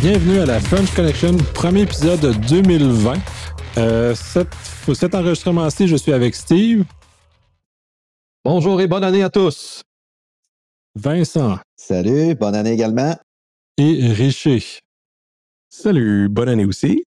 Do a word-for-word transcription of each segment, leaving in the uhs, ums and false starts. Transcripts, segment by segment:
bienvenue à la French Connection, premier épisode de deux mille vingt. Euh, cet, cet enregistrement-ci, je suis avec Steve. Bonjour et bonne année à tous. Vincent. Salut, bonne année également. Et Richer. Salut, bonne année aussi.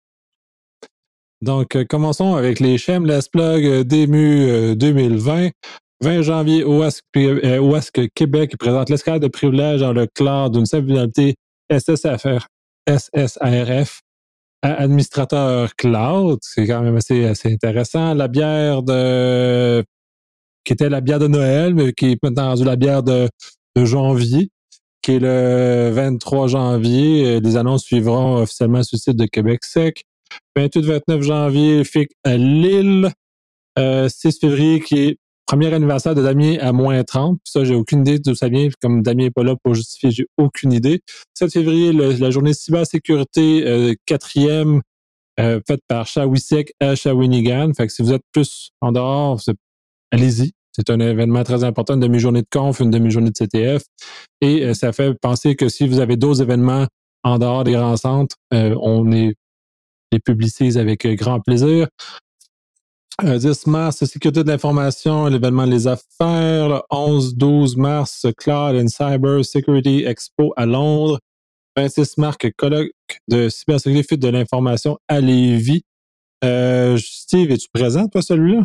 Donc, euh, commençons avec les Shameless Plug euh, Dému euh, deux mille vingt. vingt janvier, O A S C, euh, O A S C Québec présente l'escalade de privilèges dans le cloud d'une simple finalité S S R F, S S R F à administrateur cloud. C'est quand même assez, assez intéressant. La bière de qui était la bière de Noël, mais qui est maintenant rendue la bière de, de janvier, qui est le vingt-trois janvier. Les annonces suivront officiellement sur le site de Québec Sec. vingt-huit vingt-neuf janvier, F I C à Lille. Euh, six février, qui est premier anniversaire de Damien à moins trente. Puis ça, j'ai aucune idée d'où ça vient. Comme Damien n'est pas là pour justifier, j'ai aucune idée. sept février, le, la journée cybersécurité euh, quatrième, euh, faite par Shawisec à Shawinigan. Fait que si vous êtes plus en dehors, c'est, allez-y. C'est un événement très important, une demi-journée de conf, une demi-journée de C T F. Et euh, ça fait penser que si vous avez d'autres événements en dehors des grands centres, euh, on est, les publicise avec euh, grand plaisir. Euh, dix mars, sécurité de l'information, l'événement Les Affaires. Le onze douze mars, Cloud and Cyber Security Expo à Londres. vingt-six mars, colloque de cybersécurité fuite de l'information à Lévis. Euh, Steve, es-tu présent, toi, celui-là?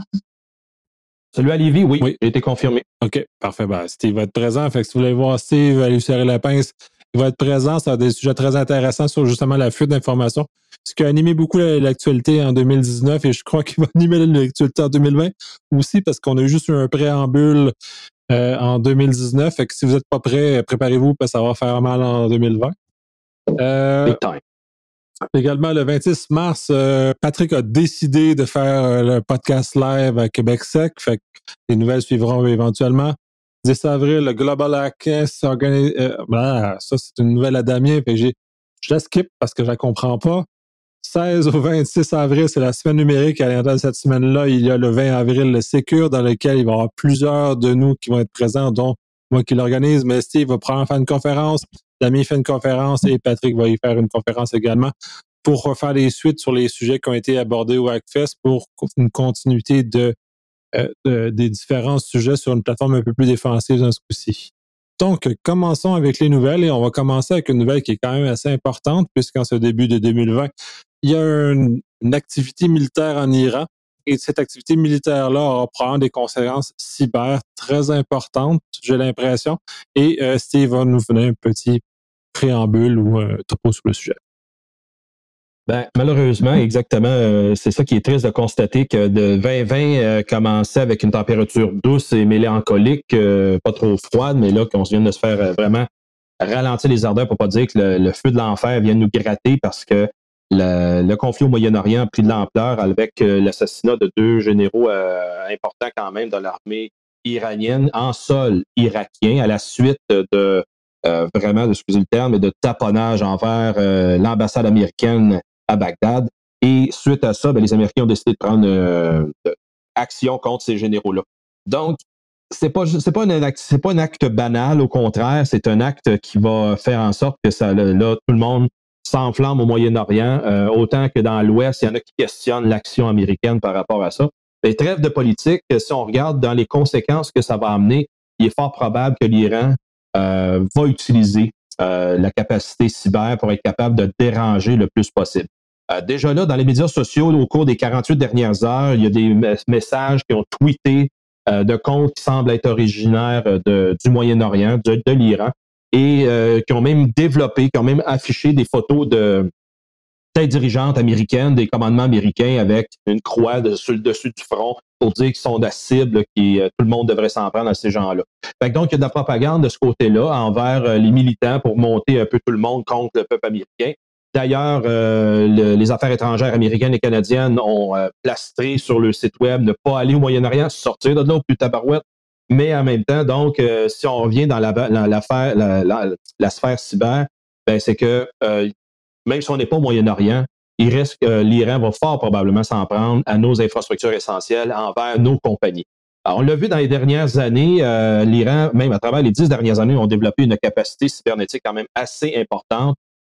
Celui à Lévis, oui, oui. J'ai été confirmé. OK, parfait. Ben, Steve va être présent. Fait que si vous voulez voir Steve, allez lui serrer la pince. Il va être présent. Ça a des sujets très intéressants sur justement la fuite d'informations. Ce qui a animé beaucoup l'actualité en deux mille dix-neuf et je crois qu'il va animer l'actualité en deux mille vingt aussi parce qu'on a eu juste eu un préambule euh, en deux mille dix-neuf. Fait que si vous n'êtes pas prêts, préparez-vous parce que ça va faire mal en deux mille vingt. Euh, Big time. Également, le vingt-six mars, euh, Patrick a décidé de faire euh, le podcast live à Québec Sec. Fait que les nouvelles suivront éventuellement. dix avril, le Global Access organise... Euh, ben, ça, c'est une nouvelle à Damien. Fait que j'ai, je la skip parce que je la comprends pas. seize au vingt-six avril, c'est la semaine numérique. À l'intérieur de cette semaine-là, il y a le vingt avril, le Secure, dans lequel il va y avoir plusieurs de nous qui vont être présents, dont moi qui l'organise. Mais Steve va probablement faire une conférence. Damien fait une conférence et Patrick va y faire une conférence également pour refaire les suites sur les sujets qui ont été abordés au Hackfest pour une continuité de, euh, de, des différents sujets sur une plateforme un peu plus défensive dans ce coup-ci. Donc, commençons avec les nouvelles et on va commencer avec une nouvelle qui est quand même assez importante puisqu'en ce début de deux mille vingt, il y a une, une activité militaire en Iran et cette activité militaire-là aura probablement des conséquences cyber très importantes, j'ai l'impression. Et euh, Steve va nous donner un petit préambule ou un topo sur le sujet. Ben, malheureusement, exactement, euh, c'est ça qui est triste de constater que de vingt vingt euh, commençait avec une température douce et mélancolique, euh, pas trop froide, mais là, qu'on vient de se faire euh, vraiment ralentir les ardeurs pour pas dire que le, le feu de l'enfer vient nous gratter parce que le, le conflit au Moyen-Orient a pris de l'ampleur avec euh, l'assassinat de deux généraux euh, importants quand même de l'armée iranienne en sol irakien à la suite de euh, vraiment, excusez le terme, mais de taponnage envers euh, l'ambassade américaine à Bagdad. Et suite à ça, ben, les Américains ont décidé de prendre euh, de, action contre ces généraux-là. Donc, c'est pas c'est pas un acte, c'est pas un acte banal, au contraire, c'est un acte qui va faire en sorte que ça là, tout le monde s'enflamme au Moyen-Orient, euh, autant que dans l'Ouest, il y en a qui questionnent l'action américaine par rapport à ça. Les trêves de politique, si on regarde dans les conséquences que ça va amener, il est fort probable que l'Iran euh, va utiliser euh, la capacité cyber pour être capable de déranger le plus possible. Euh, déjà là, dans les médias sociaux, au cours des quarante-huit dernières heures, il y a des me- messages qui ont tweeté euh, de comptes qui semblent être originaires de, du Moyen-Orient, de, de l'Iran, et euh, qui ont même développé, qui ont même affiché des photos de têtes dirigeantes américaines, des commandements américains avec une croix de, sur le dessus du front pour dire qu'ils sont de la cible, qui euh, tout le monde devrait s'en prendre à ces gens-là. Fait que donc, il y a de la propagande de ce côté-là envers euh, les militants pour monter un peu tout le monde contre le peuple américain. D'ailleurs, euh, le, les affaires étrangères américaines et canadiennes ont euh, plastré sur le site web ne pas aller au Moyen-Orient, sortir de là au plus tabarouette. Mais en même temps, donc, euh, si on revient dans la, la, l'affaire, la, la, la sphère cyber, ben, c'est que euh, même si on n'est pas au Moyen-Orient, il reste que l'Iran va fort probablement s'en prendre à nos infrastructures essentielles envers nos compagnies. Alors, on l'a vu dans les dernières années, euh, l'Iran, même à travers les dix dernières années, ont développé une capacité cybernétique quand même assez importante.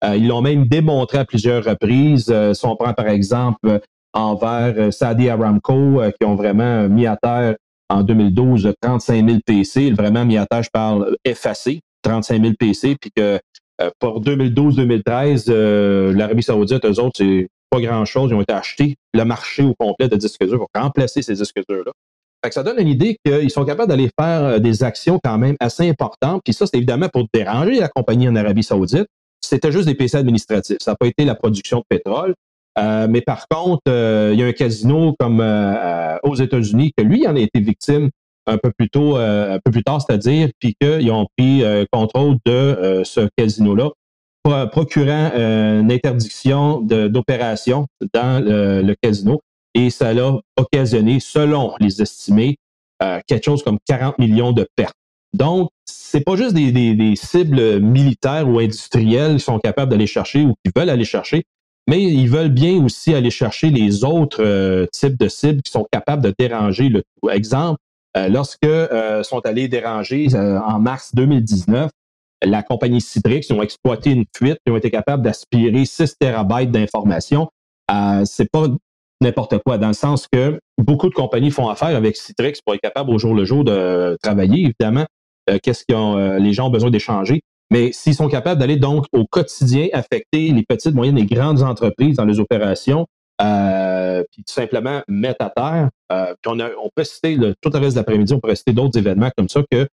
Euh, ils l'ont même démontré à plusieurs reprises. Euh, si on prend par exemple euh, envers euh, Saudi Aramco, euh, qui ont vraiment mis à terre en deux mille douze trente-cinq mille P C, vraiment mis à terre, je parle effacé, trente-cinq mille P C, puis que euh, pour deux mille douze deux mille treize, euh, l'Arabie Saoudite, eux autres, c'est pas grand-chose. Ils ont été achetés le marché au complet de disques durs pour remplacer ces disques durs-là. Fait que ça donne une idée qu'ils sont capables d'aller faire des actions quand même assez importantes. Puis ça, c'est évidemment pour déranger la compagnie en Arabie Saoudite. C'était juste des P C administratifs. Ça n'a pas été la production de pétrole. Euh, mais par contre, euh, il y a un casino comme euh, aux États-Unis que lui en a été victime un peu plus tôt, euh, un peu plus tard, c'est-à-dire, puis qu'ils ont pris euh, contrôle de euh, ce casino-là, pro- procurant euh, une interdiction de, d'opération dans le, le casino. Et ça a occasionné, selon les estimés, euh, quelque chose comme quarante millions de pertes. Donc, c'est pas juste des, des, des cibles militaires ou industrielles qui sont capables d'aller chercher ou qui veulent aller chercher, mais ils veulent bien aussi aller chercher les autres euh, types de cibles qui sont capables de déranger le tout. Exemple, euh, lorsque euh, sont allés déranger euh, en mars deux mille dix-neuf, la compagnie Citrix, ils ont exploité une fuite, ils ont été capables d'aspirer six térabytes d'informations. Euh, c'est pas n'importe quoi, dans le sens que beaucoup de compagnies font affaire avec Citrix pour être capables au jour le jour de travailler, évidemment. Euh, qu'est-ce que euh, les gens ont besoin d'échanger. Mais s'ils sont capables d'aller donc au quotidien affecter les petites, moyennes et grandes entreprises dans les opérations, euh, puis tout simplement mettre à terre, euh, puis on, a, on peut citer le, tout le reste de l'après-midi, on pourrait citer d'autres événements comme ça que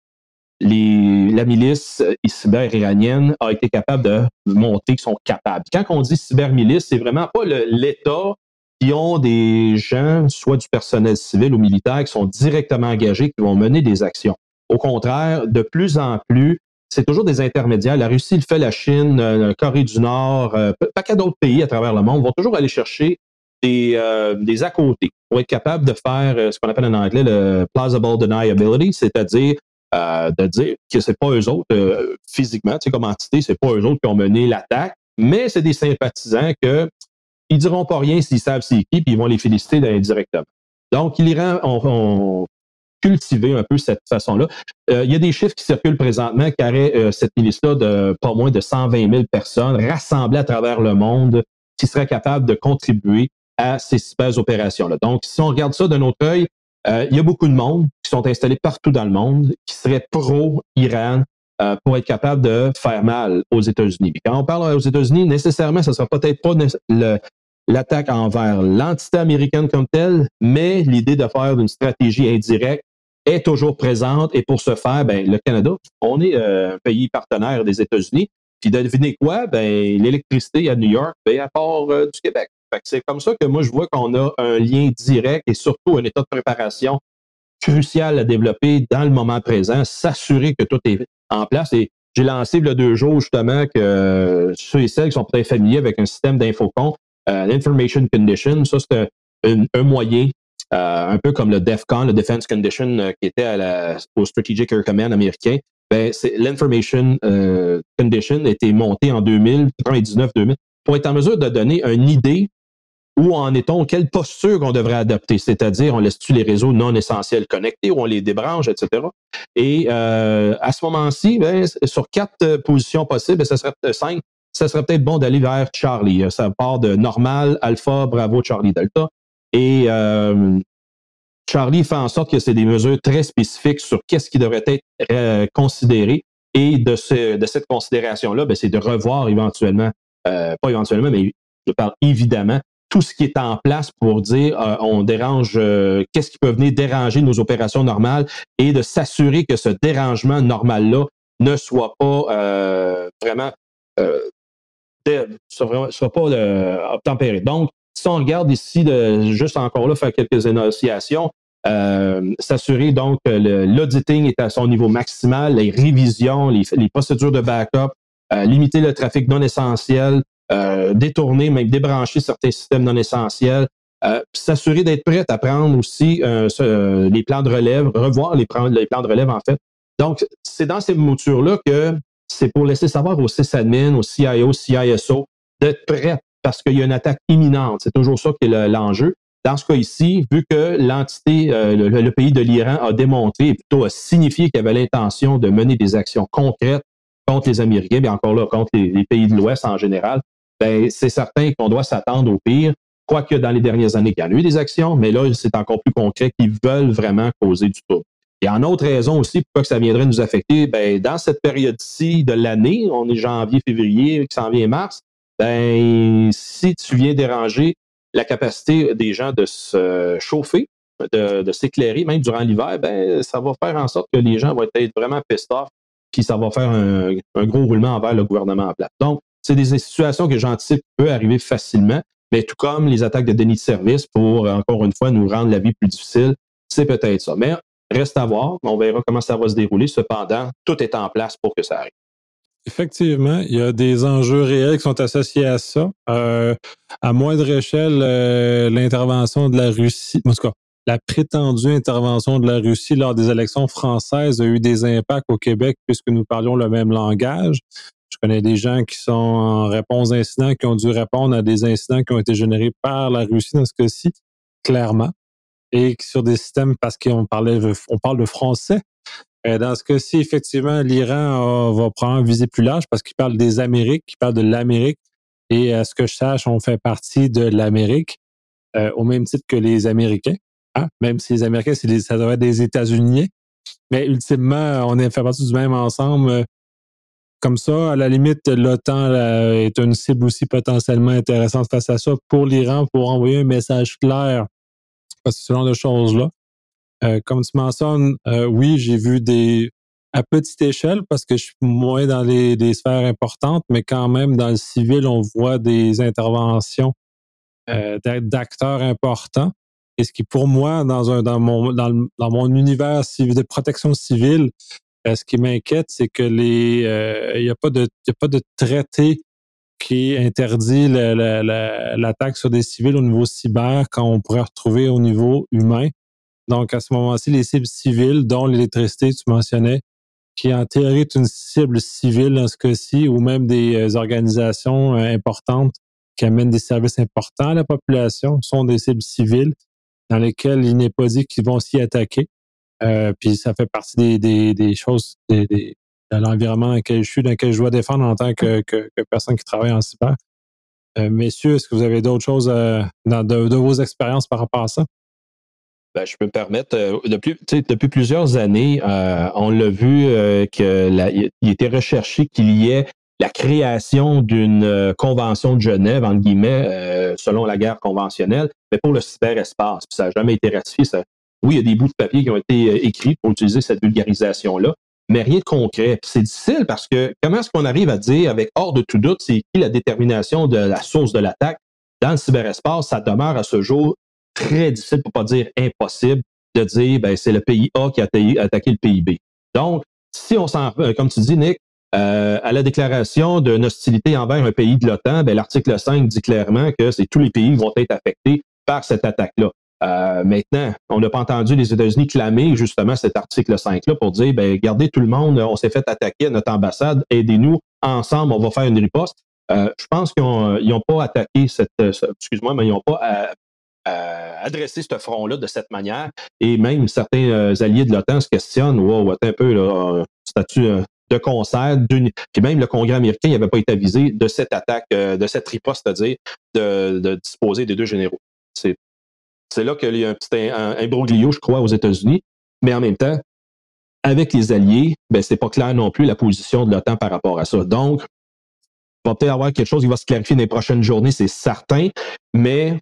les, la milice cyber-iranienne a été capable de montrer qu'ils sont capables. Quand on dit cyber-milice, c'est vraiment pas le, l'État qui ont des gens, soit du personnel civil ou militaire, qui sont directement engagés, qui vont mener des actions. Au contraire, de plus en plus, c'est toujours des intermédiaires. La Russie le fait, la Chine, la Corée du Nord, euh, pas qu'à d'autres pays à travers le monde vont toujours aller chercher des, euh, des à côté pour être capable de faire euh, ce qu'on appelle en anglais le plausible deniability, c'est-à-dire euh, de dire que c'est pas eux autres euh, physiquement, tu sais, comme entité, c'est pas eux autres qui ont mené l'attaque, mais c'est des sympathisants que ils diront pas rien s'ils savent c'est qui, puis ils vont les féliciter indirectement. Donc, l'Iran ont, ont cultivé un peu cette façon-là. Euh, il y a des chiffres qui circulent présentement qui auraient euh, cette milice-là de pas moins de cent vingt mille personnes rassemblées à travers le monde qui seraient capables de contribuer à ces cyber opérations-là. Donc, si on regarde ça d'un autre œil, euh, il y a beaucoup de monde qui sont installés partout dans le monde qui seraient pro-Iran euh, pour être capable de faire mal aux États-Unis. Et quand on parle aux États-Unis, nécessairement, ce ne sera peut-être pas le, l'attaque envers l'entité américaine comme telle, mais l'idée de faire une stratégie indirecte est toujours présente. Et pour ce faire, ben, le Canada, on est euh, un pays partenaire des États-Unis. Puis devinez quoi? Ben, l'électricité à New York, ben, à part euh, du Québec. Fait que c'est comme ça que moi, je vois qu'on a un lien direct et surtout un état de préparation crucial à développer dans le moment présent, s'assurer que tout est en place. Et j'ai lancé il y a deux jours justement que euh, ceux et celles qui sont peut-être familiers avec un système d'infocon, euh, l'Information Condition, ça c'est un, un, un moyen, euh, un peu comme le DEFCON, le Defense Condition euh, qui était à la, au Strategic Air Command américain. Ben, c'est, l'Information euh, Condition a été monté en deux mille, quatre-vingt-dix-neuf deux mille, pour être en mesure de donner une idée où en est-on, quelle posture on devrait adopter, c'est-à-dire on laisse-tu les réseaux non essentiels connectés ou on les débranche, et cetera. Et euh, à ce moment-ci, ben, sur quatre euh, positions possibles, ça serait euh, cinq, ça serait peut-être bon d'aller vers Charlie. Ça part de normal, alpha, bravo, Charlie, delta. Et euh, Charlie fait en sorte que c'est des mesures très spécifiques sur qu'est-ce qui devrait être euh, considéré. Et de, ce, de cette considération-là, ben, c'est de revoir éventuellement, euh, pas éventuellement, mais je parle évidemment, tout ce qui est en place pour dire euh, on dérange, euh, qu'est-ce qui peut venir déranger nos opérations normales et de s'assurer que ce dérangement normal-là ne soit pas euh, vraiment, euh, de, soit, soit pas euh, obtempéré. Donc, si on regarde ici, de, juste encore là, faire quelques énonciations, euh, s'assurer donc que le, l'auditing est à son niveau maximal, les révisions, les, les procédures de backup, euh, limiter le trafic non essentiel, Euh, détourner, même débrancher certains systèmes non essentiels, euh, s'assurer d'être prêt à prendre aussi euh, ce, euh, les plans de relève, revoir les plans, les plans de relève en fait. Donc, c'est dans ces moutures-là que c'est pour laisser savoir aux sysadmins, aux C I O, C I S O, d'être prêt parce qu'il y a une attaque imminente. C'est toujours ça qui est le, l'enjeu. Dans ce cas ici, vu que l'entité, euh, le, le pays de l'Iran a démontré, et plutôt a signifié qu'il avait l'intention de mener des actions concrètes contre les Américains, bien encore là, contre les, les pays de l'Ouest en général, ben, c'est certain qu'on doit s'attendre au pire. Quoique dans les dernières années, il y en a eu des actions, mais là, c'est encore plus concret qu'ils veulent vraiment causer du trouble. Et en autre raison aussi, pourquoi que ça viendrait nous affecter, ben, dans cette période-ci de l'année, on est janvier, février, qui s'en vient mars, ben, si tu viens déranger la capacité des gens de se chauffer, de, de s'éclairer, même durant l'hiver, ben, ça va faire en sorte que les gens vont être vraiment pissed off, puis ça va faire un, un gros roulement envers le gouvernement en place. Donc, c'est des situations que j'anticipe peut arriver facilement, mais tout comme les attaques de déni de service pour, encore une fois, nous rendre la vie plus difficile, c'est peut-être ça. Mais reste à voir, on verra comment ça va se dérouler. Cependant, tout est en place pour que ça arrive. Effectivement, il y a des enjeux réels qui sont associés à ça. Euh, à moindre échelle, euh, l'intervention de la Russie, en tout cas, la prétendue intervention de la Russie lors des élections françaises a eu des impacts au Québec puisque nous parlions le même langage. Je connais des gens qui sont en réponse d'incidents, qui ont dû répondre à des incidents qui ont été générés par la Russie dans ce cas-ci, clairement, et sur des systèmes parce qu'on parlait, on parle de français. Dans ce cas-ci, effectivement, l'Iran va probablement viser plus large parce qu'il parle des Amériques, il parle de l'Amérique, et à ce que je sache, on fait partie de l'Amérique euh, au même titre que les Américains. Hein? Même si les Américains, c'est des, ça devrait être des États-Unis, mais ultimement, on est fait partie du même ensemble. Comme ça, à la limite, l'OTAN là, est une cible aussi potentiellement intéressante face à ça pour l'Iran, pour envoyer un message clair à ce genre de choses-là. Euh, comme tu mentionnes, euh, oui, j'ai vu des à petite échelle parce que je suis moins dans les, les sphères importantes, mais quand même dans le civil, on voit des interventions euh, d'acteurs importants. Et ce qui, pour moi, dans un dans mon dans, le, dans mon univers civil, de protection civile, euh, ce qui m'inquiète, c'est que les euh, il y a pas de il y a pas de traité qui interdit le, le, le, l'attaque sur des civils au niveau cyber quand on pourrait retrouver au niveau humain. Donc, à ce moment-ci, les cibles civiles, dont l'électricité, tu mentionnais, qui en théorie est une cible civile dans ce cas-ci, ou même des euh, organisations euh, importantes qui amènent des services importants à la population, sont des cibles civiles dans lesquelles il n'est pas dit qu'ils vont s'y attaquer. Euh, puis ça fait partie des, des, des choses, des, des, de l'environnement dans lequel je suis, dans lequel je dois défendre en tant que, que, que personne qui travaille en cyber. Euh, messieurs, est-ce que vous avez d'autres choses euh, dans, de, de vos expériences par rapport à ça? Ben, je peux me permettre, euh, depuis, depuis plusieurs années, euh, on l'a vu euh, qu'il était recherché qu'il y ait la création d'une euh, convention de Genève, entre guillemets, euh, selon la guerre conventionnelle, mais pour le cyberespace. Puis ça n'a jamais été ratifié. Ça, oui, il y a des bouts de papier qui ont été euh, écrits pour utiliser cette vulgarisation-là, mais rien de concret. Puis c'est difficile parce que comment est-ce qu'on arrive à dire, avec hors de tout doute, c'est qui la détermination de la source de l'attaque dans le cyberespace? Ça demeure à ce jour très difficile, pour pas dire impossible, de dire ben c'est le pays A qui a attaqué le pays B. Donc, si on s'en, comme tu dis, Nick, euh, à la déclaration d'une hostilité envers un pays de l'OTAN, ben l'article cinq dit clairement que c'est tous les pays qui vont être affectés par cette attaque-là. Euh, maintenant, on n'a pas entendu les États-Unis clamer justement cet article cinq-là pour dire ben regardez tout le monde, on s'est fait attaquer à notre ambassade, aidez-nous, ensemble, on va faire une riposte. Euh, je pense qu'ils n'ont pas attaqué cette, excuse-moi, mais ils n'ont pas euh, Euh, adresser ce front-là de cette manière. Et même certains euh, alliés de l'OTAN se questionnent, wow, attends un peu, là, statut euh, de concert, puis même le Congrès américain n'avait pas été avisé de cette attaque, euh, de cette riposte, c'est-à-dire de, de disposer des deux généraux. C'est, c'est là qu'il y a un petit imbroglio, je crois, aux États-Unis, mais en même temps, avec les alliés, ben, c'est pas clair non plus la position de l'OTAN par rapport à ça. Donc, il va peut-être avoir quelque chose qui va se clarifier dans les prochaines journées, c'est certain, mais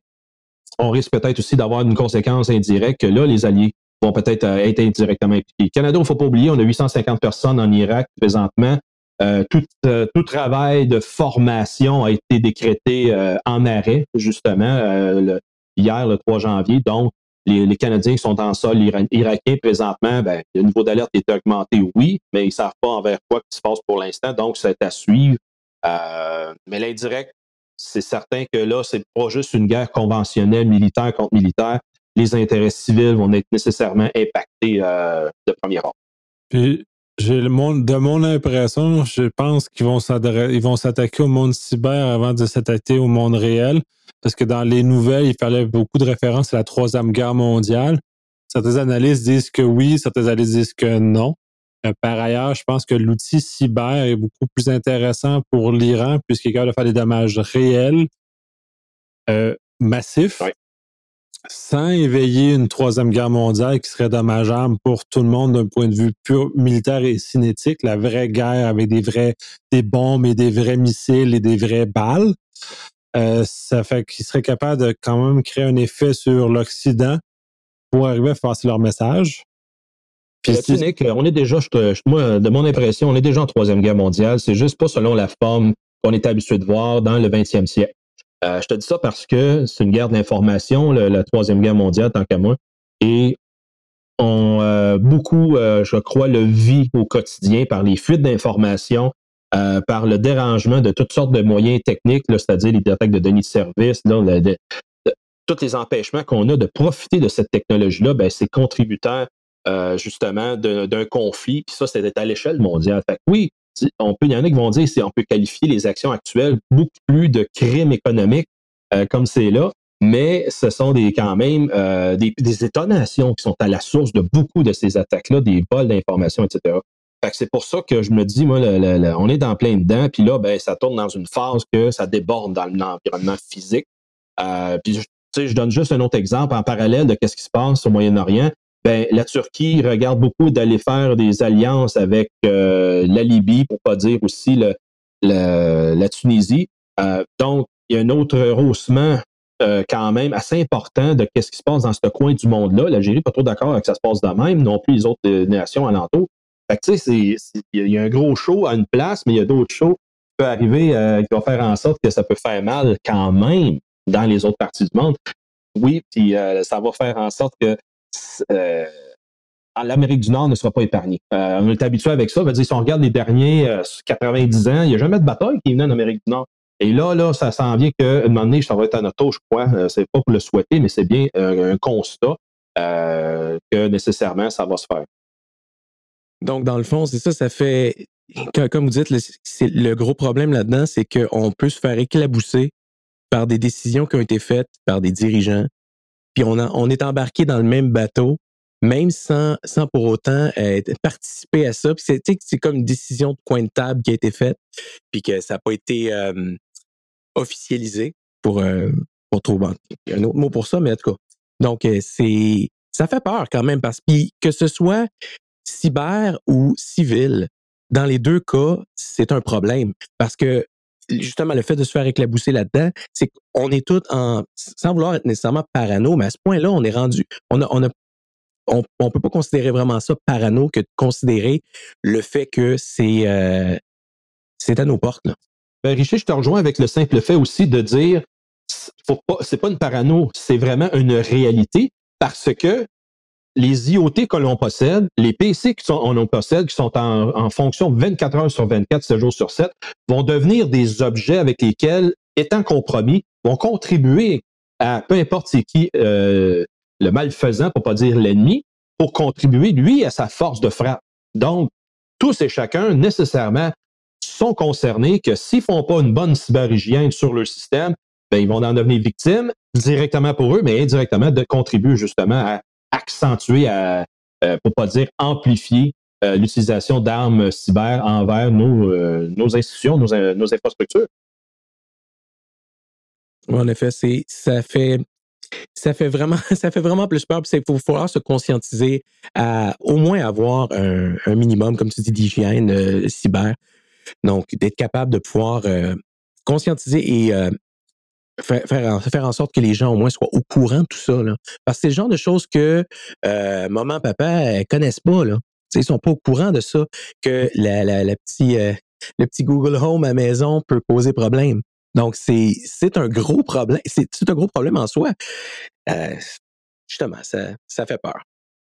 on risque peut-être aussi d'avoir une conséquence indirecte que là, les alliés vont peut-être euh, être indirectement impliqués. Canada, il ne faut pas oublier, on a huit cent cinquante personnes en Irak présentement. Euh, tout, euh, tout travail de formation a été décrété euh, en arrêt, justement, euh, le, hier, le trois janvier. Donc, les, les Canadiens qui sont en sol irakien présentement, ben, le niveau d'alerte est augmenté, oui, mais ils ne savent pas envers quoi qui se passe pour l'instant. Donc, c'est à suivre. Euh, mais l'indirect, c'est certain que là, c'est pas juste une guerre conventionnelle, militaire contre militaire. Les intérêts civils vont être nécessairement impactés euh, de premier ordre. Puis, j'ai le monde, de mon impression, je pense qu'ils vont s'adresser, ils vont s'attaquer au monde cyber avant de s'attaquer au monde réel. Parce que dans les nouvelles, il fallait beaucoup de références à la Troisième Guerre mondiale. Certaines analystes disent que oui, certaines analystes disent que non. Euh, par ailleurs, je pense que l'outil cyber est beaucoup plus intéressant pour l'Iran puisqu'il est capable de faire des dommages réels, euh, massifs, Ouais. sans éveiller une troisième guerre mondiale qui serait dommageable pour tout le monde d'un point de vue pur militaire et cinétique, la vraie guerre avec des vrais des bombes et des vrais missiles et des vraies balles. Euh, ça fait qu'ils seraient capables de quand même créer un effet sur l'Occident pour arriver à faire passer leur message. Puis là-dessus, Nick, on est déjà, je te, je, moi, de mon impression, on est déjà en Troisième Guerre mondiale. C'est juste pas selon la forme qu'on est habitué de voir dans le vingtième siècle. Euh, je te dis ça parce que c'est une guerre d'information, le, la Troisième Guerre mondiale, tant qu'à moi. Et on, euh, beaucoup, euh, je crois, le vit au quotidien par les fuites d'informations, euh, par le dérangement de toutes sortes de moyens techniques, là, c'est-à-dire les attaques de données de service, là, le, de, de, tous les empêchements qu'on a de profiter de cette technologie-là, ben, c'est contributeur euh, justement de, d'un conflit. Puis ça, c'est à l'échelle mondiale. Fait que oui, on peut, il y en a qui vont dire qu'on peut qualifier les actions actuelles beaucoup plus de crimes économiques euh, comme c'est là, mais ce sont des, quand même euh, des, des États-nations qui sont à la source de beaucoup de ces attaques-là, des vols d'informations, et cetera. Fait que c'est pour ça que je me dis, moi, le, le, le, on est dans plein dedans, puis là, ben, ça tourne dans une phase que ça déborde dans l'environnement physique. Euh, puis, tu sais, je donne juste un autre exemple en parallèle de ce qui se passe au Moyen-Orient. Ben, la Turquie regarde beaucoup d'aller faire des alliances avec euh, la Libye, pour pas dire aussi le, le, la Tunisie. Euh, donc, il y a un autre rehaussement euh, quand même assez important de ce qui se passe dans ce coin du monde-là. L'Algérie n'est pas trop d'accord avec que ça se passe de même, non plus les autres euh, nations alentours. Fait que, tu sais, il y a un gros show à une place, mais il y a d'autres shows qui peuvent arriver euh, qui vont faire en sorte que ça peut faire mal quand même dans les autres parties du monde. Oui, puis euh, ça va faire en sorte que euh, l'Amérique du Nord ne sera pas épargnée. Euh, on est habitué avec ça. Dire, si on regarde les derniers euh, quatre-vingt-dix ans, il n'y a jamais de bataille qui est venue en Amérique du Nord. Et là, là, ça s'en vient qu'à un moment donné, ça va être à notre tour, je crois. Euh, c'est pas pour le souhaiter, mais c'est bien euh, un constat euh, que nécessairement, ça va se faire. Donc, dans le fond, c'est ça, ça fait, comme vous dites, le, c'est, le gros problème là-dedans, c'est qu'on peut se faire éclabousser par des décisions qui ont été faites par des dirigeants, puis on, a, on est embarqué dans le même bateau, même sans, sans pour autant euh, participer à ça. Puis c'est, c'est comme une décision de coin de table qui a été faite, puis que ça n'a pas été euh, officialisé pour, euh, pour trouver un autre mot pour ça, mais en tout cas. Donc, euh, c'est ça fait peur quand même, parce que que ce soit cyber ou civil, dans les deux cas, c'est un problème. Parce que, justement, le fait de se faire éclabousser là-dedans, c'est qu'on est tous en, sans vouloir être nécessairement parano, mais à ce point-là, on est rendu, on a, on a, on, on peut pas considérer vraiment ça parano que de considérer le fait que c'est, euh, c'est à nos portes, là. Ben, Richard, je te rejoins avec le simple fait aussi de dire, faut pas, c'est pas une parano, c'est vraiment une réalité parce que les I O T que l'on possède, les P C qu'on on possède, qui sont en, en fonction vingt-quatre heures sur vingt-quatre, sept jours sur sept, vont devenir des objets avec lesquels, étant compromis, vont contribuer à, peu importe c'est qui, euh, le malfaisant, pour pas dire l'ennemi, pour contribuer, lui, à sa force de frappe. Donc, tous et chacun, nécessairement, sont concernés que s'ils font pas une bonne cyberhygiène sur leur système, ben, ils vont en devenir victimes directement pour eux, mais indirectement de contribuer justement à accentuer, à, euh, pour pas dire amplifier euh, l'utilisation d'armes cyber envers nos, euh, nos institutions, nos, nos infrastructures. En effet, c'est, ça fait, ça fait vraiment, ça fait vraiment plus peur. Il faut falloir se conscientiser à au moins avoir un, un minimum, comme tu dis, d'hygiène euh, cyber. Donc, d'être capable de pouvoir euh, conscientiser et euh, faire, faire, en, faire en sorte que les gens au moins soient au courant de tout ça, là. Parce que c'est le genre de choses que euh, maman, papa ne connaissent pas, là. T'sais, ils sont pas au courant de ça, que la, la, la petit, euh, le petit Google Home à maison peut poser problème. Donc, c'est, c'est un gros problème. C'est, c'est un gros problème en soi. Euh, justement, ça, ça fait peur.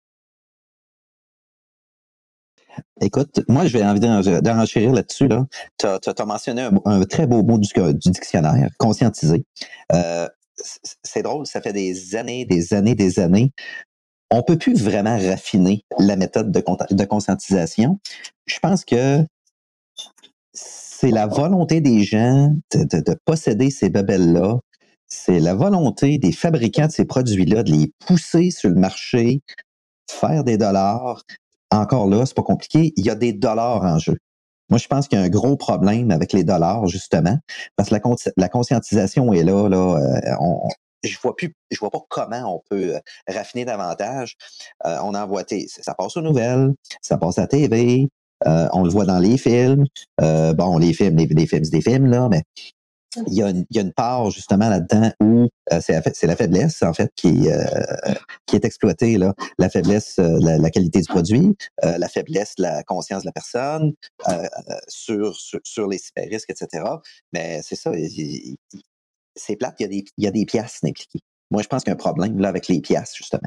Écoute, moi, je vais envie d'enchérir là-dessus. Là. Tu as mentionné un, un très beau mot du, du dictionnaire, conscientiser. Euh, c'est drôle, ça fait des années, des années, des années. On peut plus vraiment raffiner la méthode de, de conscientisation. Je pense que c'est la volonté des gens de, de, de posséder ces babelles-là. C'est la volonté des fabricants de ces produits-là de les pousser sur le marché, faire des dollars, encore là, c'est pas compliqué, il y a des dollars en jeu. Moi, je pense qu'il y a un gros problème avec les dollars, justement, parce que la, con- la conscientisation est là. là euh, on, je vois plus, je vois pas comment on peut raffiner davantage. Euh, on envoie, ça passe aux nouvelles, ça passe à la T V, euh, on le voit dans les films. Euh, bon, les films, les, les films, c'est des films, là, mais il y a une, il y a une part, justement, là-dedans où euh, c'est, la, c'est la faiblesse, en fait, qui, euh, qui est exploitée, là. La faiblesse, euh, la, la qualité du produit, euh, la faiblesse de la conscience de la personne, euh, sur, sur, sur les cyber-risques, et cetera. Mais c'est ça, il, il, c'est plate, il y a des, il y a des piastres impliquées. Moi, je pense qu'il y a un problème, là, avec les piastres, justement.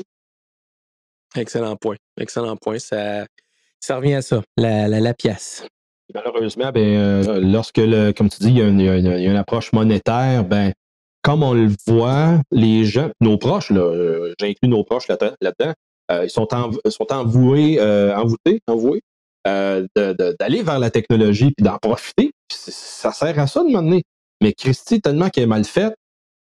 Excellent point. Excellent point. Ça, ça revient à ça, la, la, la pièce. Malheureusement, ben, euh, lorsque, le, comme tu dis, il y, a une, il, y a une, il y a une approche monétaire, ben, comme on le voit, les gens, nos proches, là, euh, j'inclus nos proches là-dedans, là-dedans euh, ils sont, en, sont envoués, euh, envoûtés, envoués euh, de, de, d'aller vers la technologie puis d'en profiter. Puis ça sert à ça de m'amener. Mais Christy, tellement qu'elle est mal faite,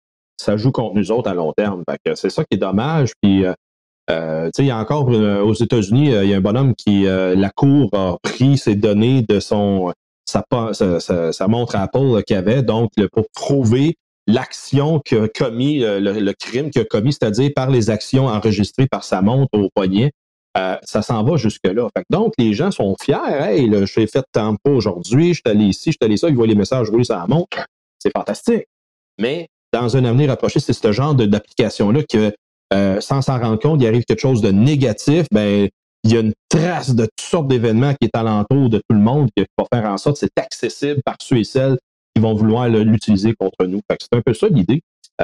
ça joue contre nous autres à long terme. Fait que c'est ça qui est dommage. Puis, euh, euh, il y a encore euh, aux États-Unis, euh, il y a un bonhomme qui, euh, la Cour a pris ses données de son, sa, sa, sa, sa montre Apple euh, qu'il avait, donc le, pour prouver l'action qu'a commis, euh, le, le crime qu'il a commis, c'est-à-dire par les actions enregistrées par sa montre au poignet. Euh, ça s'en va jusque-là. Fait que donc, les gens sont fiers. Hey, là, j'ai fait tant pas aujourd'hui, je suis allé ici, je suis allé ça, ils voient les messages rouler sur la montre. C'est fantastique. Mais dans un avenir approché, c'est ce genre de, d'application-là que, euh, sans s'en rendre compte, il arrive quelque chose de négatif, ben, il y a une trace de toutes sortes d'événements qui est alentour de tout le monde, qui va faire en sorte que c'est accessible par ceux et celles qui vont vouloir là, l'utiliser contre nous. Fait que c'est un peu ça l'idée.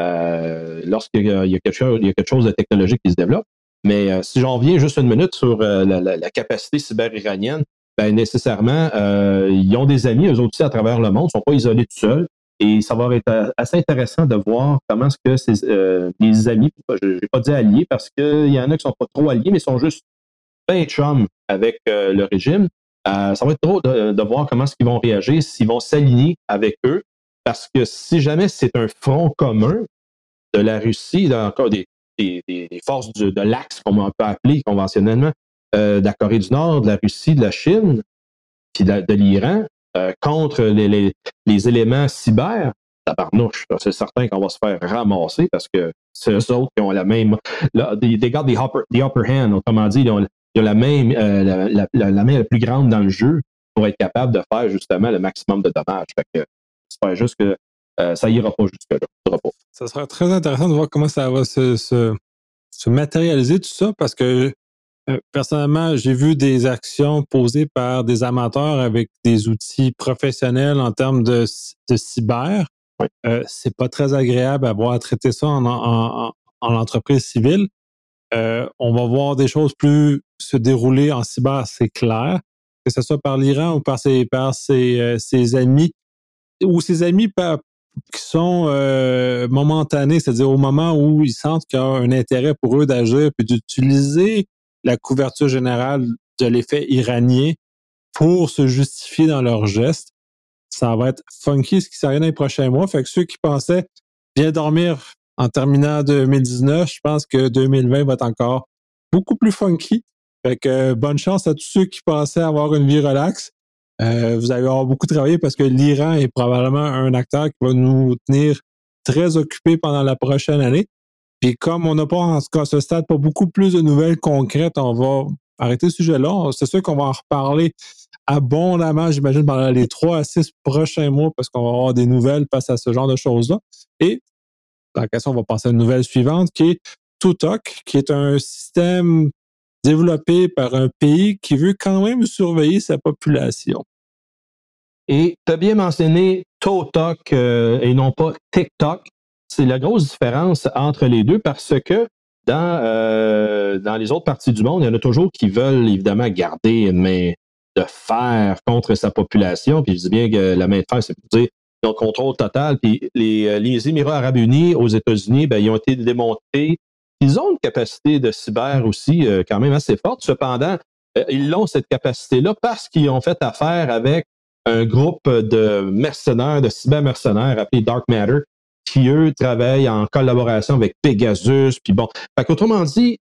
Euh, lorsqu'il y a, il y a quelque chose, il y a quelque chose de technologique qui se développe. Mais euh, si j'en reviens juste une minute sur euh, la, la, la capacité cyber-iranienne, ben nécessairement, euh, ils ont des amis, eux autres aussi, à travers le monde, ils ne sont pas isolés tout seuls. Et ça va être assez intéressant de voir comment est-ce que ces, euh, les amis, je n'ai pas dit alliés, parce qu'il y en a qui ne sont pas trop alliés, mais sont juste bien chum avec euh, le régime. Euh, ça va être drôle de, de voir comment est-ce qu'ils vont réagir, s'ils vont s'aligner avec eux, parce que si jamais c'est un front commun de la Russie, encore des, des, des forces du, de l'Axe, comme on peut appeler conventionnellement, euh, de la Corée du Nord, de la Russie, de la Chine, puis de, de l'Iran, Euh, contre les, les, les éléments cyber, tabarnouche, c'est certain qu'on va se faire ramasser parce que c'est eux autres qui ont la même... Là, they, they got the upper, the upper hand, autrement dit, ils ont, ils ont la, même, euh, la, la, la, la main la plus grande dans le jeu pour être capable de faire justement le maximum de dommages. Fait que j'espère juste que euh, ça ira pas jusque-là. Ça ira pas. Ça sera très intéressant de voir comment ça va se, se, se matérialiser tout ça parce que Euh, personnellement, j'ai vu des actions posées par des amateurs avec des outils professionnels en termes de, de cyber. Oui. Euh, c'est pas très agréable à voir traiter ça en, en, en, en entreprise civile. Euh, on va voir des choses plus se dérouler en cyber, c'est clair, que ce soit par l'Iran ou par ses, par ses, euh, ses amis, ou ses amis par, qui sont euh, momentanés, c'est-à-dire au moment où ils sentent qu'il y a un intérêt pour eux d'agir puis d'utiliser la couverture générale de l'effet iranien pour se justifier dans leurs gestes. Ça va être funky ce qui s'en vient dans les prochains mois. Fait que ceux qui pensaient bien dormir en terminant deux mille dix-neuf, je pense que deux mille vingt va être encore beaucoup plus funky. Fait que bonne chance à tous ceux qui pensaient avoir une vie relaxe. Euh, vous allez avoir beaucoup travaillé parce que l'Iran est probablement un acteur qui va nous tenir très occupés pendant la prochaine année. Puis comme on n'a pas, en tout cas à ce stade, pas beaucoup plus de nouvelles concrètes, on va arrêter ce sujet-là. C'est sûr qu'on va en reparler abondamment, j'imagine, pendant les trois à six prochains mois, parce qu'on va avoir des nouvelles face à ce genre de choses-là. Et dans la question, on va passer à une nouvelle suivante, qui est Tutok, qui est un système développé par un pays qui veut quand même surveiller sa population. Et tu as bien mentionné Totok euh, et non pas TikTok. C'est la grosse différence entre les deux parce que dans, euh, dans les autres parties du monde, il y en a toujours qui veulent évidemment garder une main de fer contre sa population. Puis je dis bien que la main de fer, c'est pour dire qu'ils ont le contrôle total. Puis les, les Émirats arabes unis aux États-Unis, ben, ils ont été démontrés. Ils ont une capacité de cyber aussi euh, quand même assez forte. Cependant, euh, ils ont cette capacité-là parce qu'ils ont fait affaire avec un groupe de mercenaires, de cyber-mercenaires appelé Dark Matter, qui, eux, travaillent en collaboration avec Pegasus. Puis bon, fait qu'autrement dit,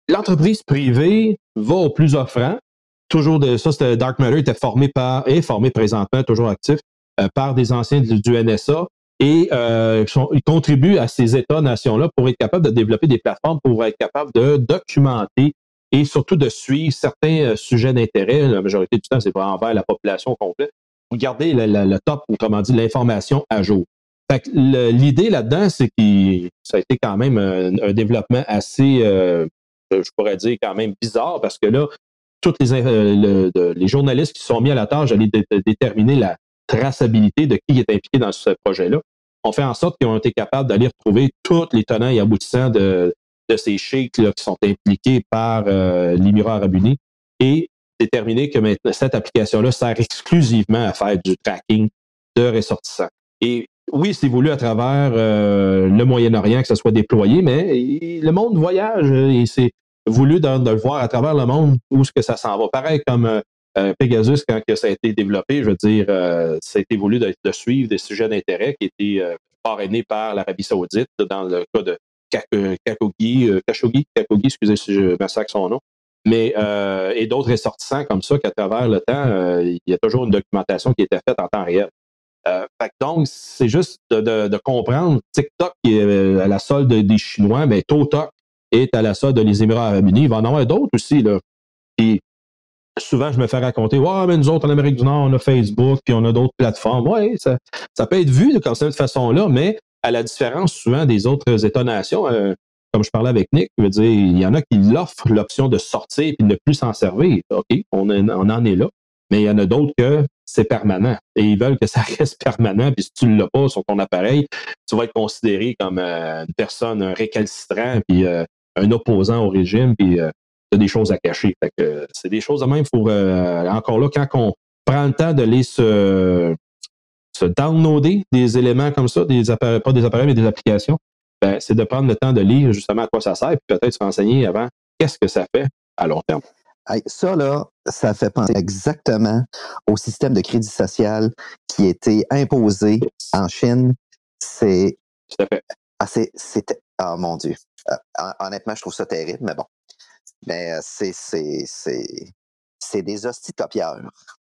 l'entreprise privée va au plus offrant. Toujours de ça, c'était Dark Matter était formé par, est formé présentement, toujours actif, euh, par des anciens du, du N S A et euh, sont, ils contribuent à ces États-nations-là pour être capables de développer des plateformes pour être capables de documenter et surtout de suivre certains euh, sujets d'intérêt. La majorité du temps, c'est pas envers la population complète. Pour garder le, le, le top, autrement dit, l'information à jour. Fait que le, l'idée là-dedans, c'est que ça a été quand même un, un développement assez, euh, je pourrais dire, quand même bizarre parce que là, tous les, euh, le, de, les journalistes qui sont mis à la tâche d'aller dé, de déterminer la traçabilité de qui est impliqué dans ce projet-là ont fait en sorte qu'ils ont été capables d'aller retrouver tous les tenants et aboutissants de, de ces sheikhs là, qui sont impliqués par euh, l'Émirat arabe uni et déterminer que maintenant, cette application-là sert exclusivement à faire du tracking de ressortissants. Et oui, c'est voulu à travers euh, le Moyen-Orient que ça soit déployé, mais le monde voyage et c'est voulu de, de le voir à travers le monde où est-ce que ça s'en va. Pareil comme euh, Pegasus, quand que ça a été développé, je veux dire, euh, ça a été voulu de, de suivre des sujets d'intérêt qui étaient euh, parrainés par l'Arabie Saoudite, dans le cas de Khashoggi, euh, Khashoggi, Khashoggi, excusez si je massacre son nom, mais euh, et d'autres ressortissants comme ça qu'à travers le temps, euh, il y a toujours une documentation qui était faite en temps réel. Euh, fait donc, c'est juste de, de, de comprendre TikTok qui est à la solde des Chinois, mais TikTok est à la solde des Émirats arabes unis. Il va en avoir d'autres aussi. Là. Et souvent, je me fais raconter, ouais, mais nous autres, en Amérique du Nord, on a Facebook, puis on a d'autres plateformes. Oui, ça, ça peut être vu comme cette façon-là, mais à la différence souvent des autres États-nations, euh, comme je parlais avec Nick, je veux dire, il y en a qui l'offrent l'option de sortir et de ne plus s'en servir. OK, on, est, on en est là. Mais il y en a d'autres que c'est permanent. Et ils veulent que ça reste permanent. Puis si tu ne l'as pas sur ton appareil, tu vas être considéré comme euh, une personne, un récalcitrant, puis euh, un opposant au régime, puis euh, tu as des choses à cacher. Fait que, euh, c'est des choses de même pour, euh, encore là, quand on prend le temps de les se, se downloader des éléments comme ça, des appareils, pas des appareils, mais des applications, ben, c'est de prendre le temps de lire justement à quoi ça sert, puis peut-être se renseigner avant qu'est-ce que ça fait à long terme. Hey, ça, là, ça fait penser exactement au système de crédit social qui a été imposé en Chine. C'est. Tout à fait. Ah, c'est, c'est, oh mon Dieu. Euh, honnêtement, je trouve ça terrible, mais bon. Mais c'est, c'est, c'est, c'est des hosties de copieurs.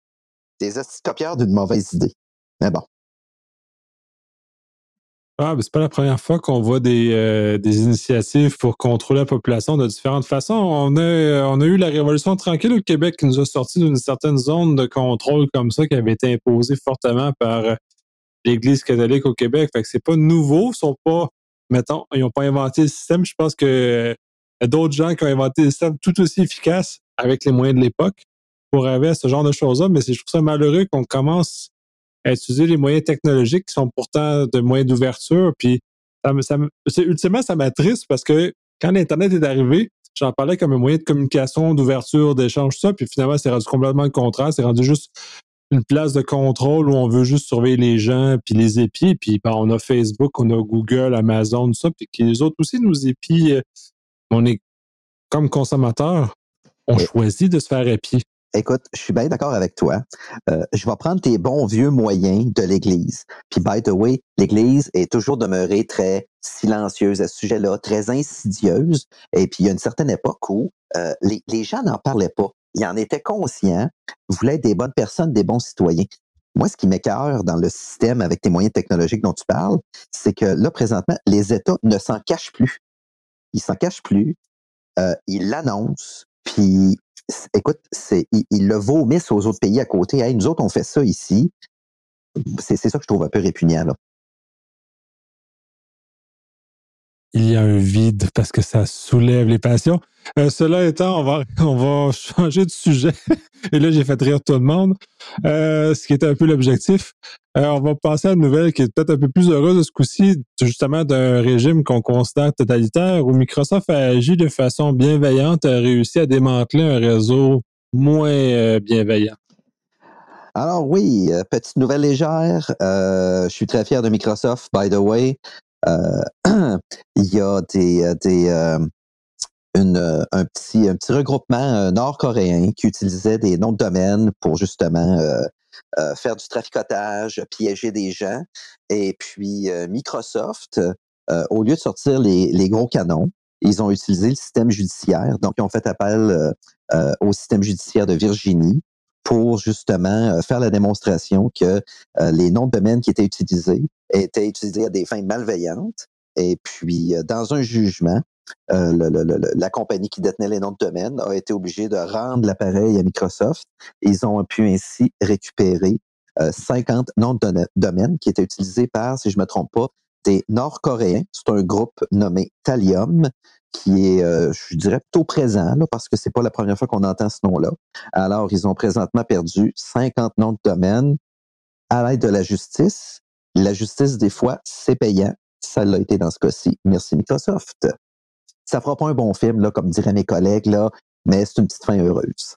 Des hosties de copieurs d'une mauvaise idée. Mais bon. Ah, ben c'est pas la première fois qu'on voit des, euh, des initiatives pour contrôler la population de différentes façons. On a, on a eu la Révolution tranquille au Québec qui nous a sorti d'une certaine zone de contrôle comme ça qui avait été imposée fortement par euh, l'Église catholique au Québec. Fait que c'est pas nouveau. Ils sont pas, mettons, ils n'ont pas inventé le système. Je pense que euh, y a d'autres gens qui ont inventé le système tout aussi efficace avec les moyens de l'époque pour arriver à ce genre de choses-là. Mais c'est, je trouve ça malheureux qu'on commence à utiliser les moyens technologiques qui sont pourtant de moyens d'ouverture. Puis, ça me, ça me, c'est, ultimement, ça m'attriste parce que quand l'Internet est arrivé, j'en parlais comme un moyen de communication, d'ouverture, d'échange, tout ça. Puis finalement, c'est rendu complètement le contraire. C'est rendu juste une place de contrôle où on veut juste surveiller les gens puis les épient. Puis ben, on a Facebook, on a Google, Amazon, tout ça. Puis que les autres aussi nous épient. On est comme consommateurs, on choisit de se faire épier. Écoute, je suis bien d'accord avec toi. Euh, je vais prendre tes bons vieux moyens de l'Église. Puis, by the way, l'Église est toujours demeurée très silencieuse à ce sujet-là, très insidieuse. Et puis, il y a une certaine époque où euh, les, les gens n'en parlaient pas. Ils en étaient conscients, voulaient être des bonnes personnes, des bons citoyens. Moi, ce qui m'écœure dans le système avec tes moyens technologiques dont tu parles, c'est que là, présentement, les États ne s'en cachent plus. Ils s'en cachent plus. Euh, ils l'annoncent. Puis, écoute, c'est, ils, ils le vomissent aux autres pays à côté. Hey, nous autres, on fait ça ici. C'est, c'est ça que je trouve un peu répugnant, là. Il y a un vide parce que ça soulève les passions. Euh, cela étant, on va, on va changer de sujet. Et là, j'ai fait rire tout le monde. Euh, ce qui était un peu l'objectif. Euh, on va passer à une nouvelle qui est peut-être un peu plus heureuse de ce coup-ci, justement d'un régime qu'on considère totalitaire, où Microsoft a agi de façon bienveillante, a réussi à démanteler un réseau moins euh, bienveillant. Alors oui, euh, petite nouvelle légère. Euh, je suis très fier de Microsoft, by the way. Euh, il y a des, des euh, une, un petit un petit regroupement nord-coréen qui utilisait des noms de domaine pour justement euh, euh, faire du traficotage, piéger des gens. Et puis euh, Microsoft, euh, au lieu de sortir les, les gros canons, ils ont utilisé le système judiciaire. Donc, ils ont fait appel euh, euh, au système judiciaire de Virginie pour justement euh, faire la démonstration que euh, les noms de domaine qui étaient utilisés étaient utilisés à des fins malveillantes. Et puis, euh, dans un jugement, euh, le, le, le, la compagnie qui détenait les noms de domaine a été obligée de rendre l'appareil à Microsoft. Ils ont pu ainsi récupérer euh, cinquante noms de domaine qui étaient utilisés par, si je ne me trompe pas, des Nord-Coréens. C'est un groupe nommé Thallium qui est, euh, je dirais, plutôt présent, là, parce que c'est pas la première fois qu'on entend ce nom-là. Alors, ils ont présentement perdu cinquante noms de domaine à l'aide de la justice. La justice, des fois, c'est payant. Ça l'a été dans ce cas-ci. Merci Microsoft. Ça fera pas un bon film, là, comme diraient mes collègues, là, mais c'est une petite fin heureuse.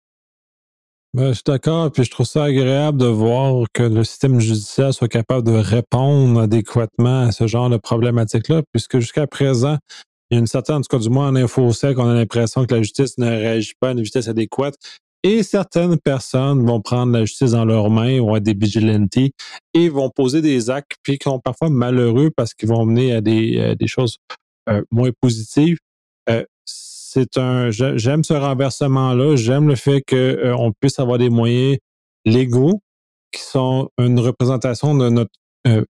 Ben, je suis d'accord, puis je trouve ça agréable de voir que le système judiciaire soit capable de répondre adéquatement à ce genre de problématique-là, puisque jusqu'à présent, il y a une certaine, en tout cas du moins en InfoSec, on a l'impression que la justice ne réagit pas à une vitesse adéquate et certaines personnes vont prendre la justice dans leurs mains, vont être des vigilantes et vont poser des actes puis qui sont parfois malheureux parce qu'ils vont mener à des, euh, des choses euh, moins positives. Euh, c'est un, j'aime ce renversement-là, j'aime le fait qu'on euh, puisse avoir des moyens légaux qui sont une représentation de notre euh,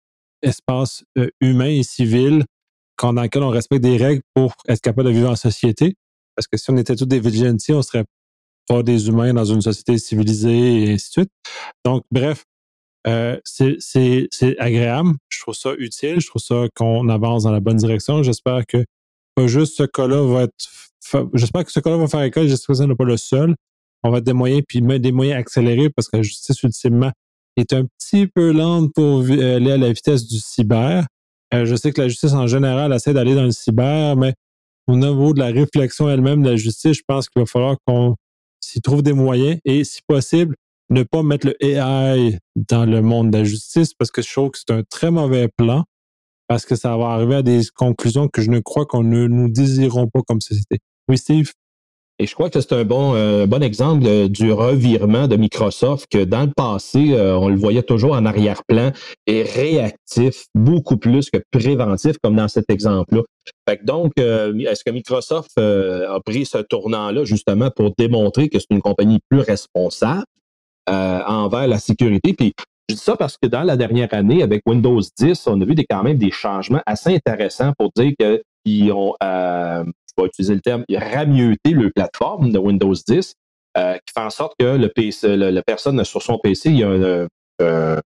espace euh, humain et civil quand, dans lequel on respecte des règles pour être capable de vivre en société. Parce que si on était tous des vigilantes, on serait pas des humains dans une société civilisée et ainsi de suite. Donc, bref, euh, c'est, c'est, c'est agréable. Je trouve ça utile. Je trouve ça qu'on avance dans la bonne direction. J'espère que pas juste ce cas-là va être... Fa... J'espère que ce cas-là va faire école. J'espère que ce n'est pas le seul. On va être des moyens, puis mettre des moyens accélérés parce que la justice, ultimement, est un petit peu lente pour aller à la vitesse du cyber. Euh, je sais que la justice, en général, essaie d'aller dans le cyber, mais au niveau de la réflexion elle-même de la justice, je pense qu'il va falloir qu'on s'y trouve des moyens et, si possible, ne pas mettre le A I dans le monde de la justice parce que je trouve que c'est un très mauvais plan parce que ça va arriver à des conclusions que je ne crois qu'on ne nous désirons pas comme société. Oui, Steve? Et je crois que c'est un bon, euh, bon exemple euh, du revirement de Microsoft que dans le passé, euh, on le voyait toujours en arrière-plan et réactif, beaucoup plus que préventif, comme dans cet exemple-là. Fait que donc, euh, est-ce que Microsoft euh, a pris ce tournant-là justement pour démontrer que c'est une compagnie plus responsable euh, envers la sécurité? Puis je dis ça parce que dans la dernière année, avec Windows dix, on a vu des, quand même des changements assez intéressants pour dire qu'ils ont... Euh, je vais utiliser le terme, rameuter le plateforme de Windows dix, euh, qui fait en sorte que le P C, le, la personne sur son P C, il y a un, euh,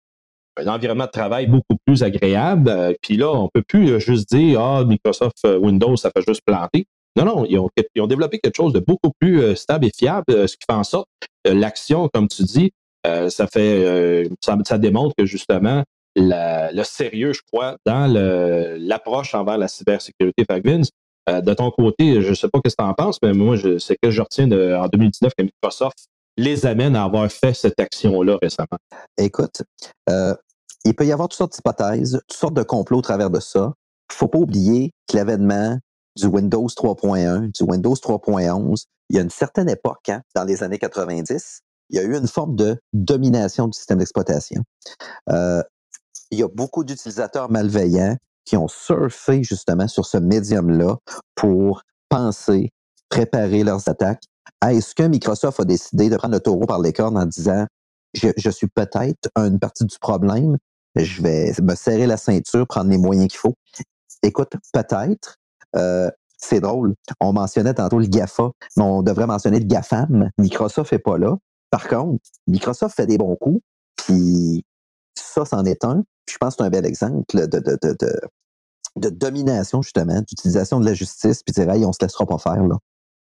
un environnement de travail beaucoup plus agréable. Euh, puis là, on ne peut plus juste dire « Ah, Microsoft Windows, ça fait juste planter ». Non, non, ils ont, ils ont développé quelque chose de beaucoup plus euh, stable et fiable, euh, ce qui fait en sorte que l'action, comme tu dis, euh, ça fait euh, ça, ça démontre que justement, la, le sérieux, je crois, dans le, l'approche envers la cybersécurité. Fait que Vince, Euh, de ton côté, je ne sais pas ce que tu en penses, mais moi, je, c'est que je retiens de, en deux mille dix-neuf que Microsoft les amène à avoir fait cette action-là récemment. Écoute, euh, il peut y avoir toutes sortes d'hypothèses, toutes sortes de complots au travers de ça. Il ne faut pas oublier que l'avènement du Windows trois point un, du Windows trois point onze, il y a une certaine époque, hein, dans les années quatre-vingt-dix, il y a eu une forme de domination du système d'exploitation. Euh, il y a beaucoup d'utilisateurs malveillants qui ont surfé justement sur ce médium-là pour penser, préparer leurs attaques. Est-ce que Microsoft a décidé de prendre le taureau par les cornes en disant je, je suis peut-être une partie du problème, je vais me serrer la ceinture, prendre les moyens qu'il faut? Écoute, peut-être. Euh, c'est drôle. On mentionnait tantôt le GAFA, mais on devrait mentionner le GAFAM. Microsoft n'est pas là. Par contre, Microsoft fait des bons coups, puis ça, c'en est un. Je pense que c'est un bel exemple de, de, de, de, de domination, justement, d'utilisation de la justice, puis dire, hey, on ne se laissera pas faire, là.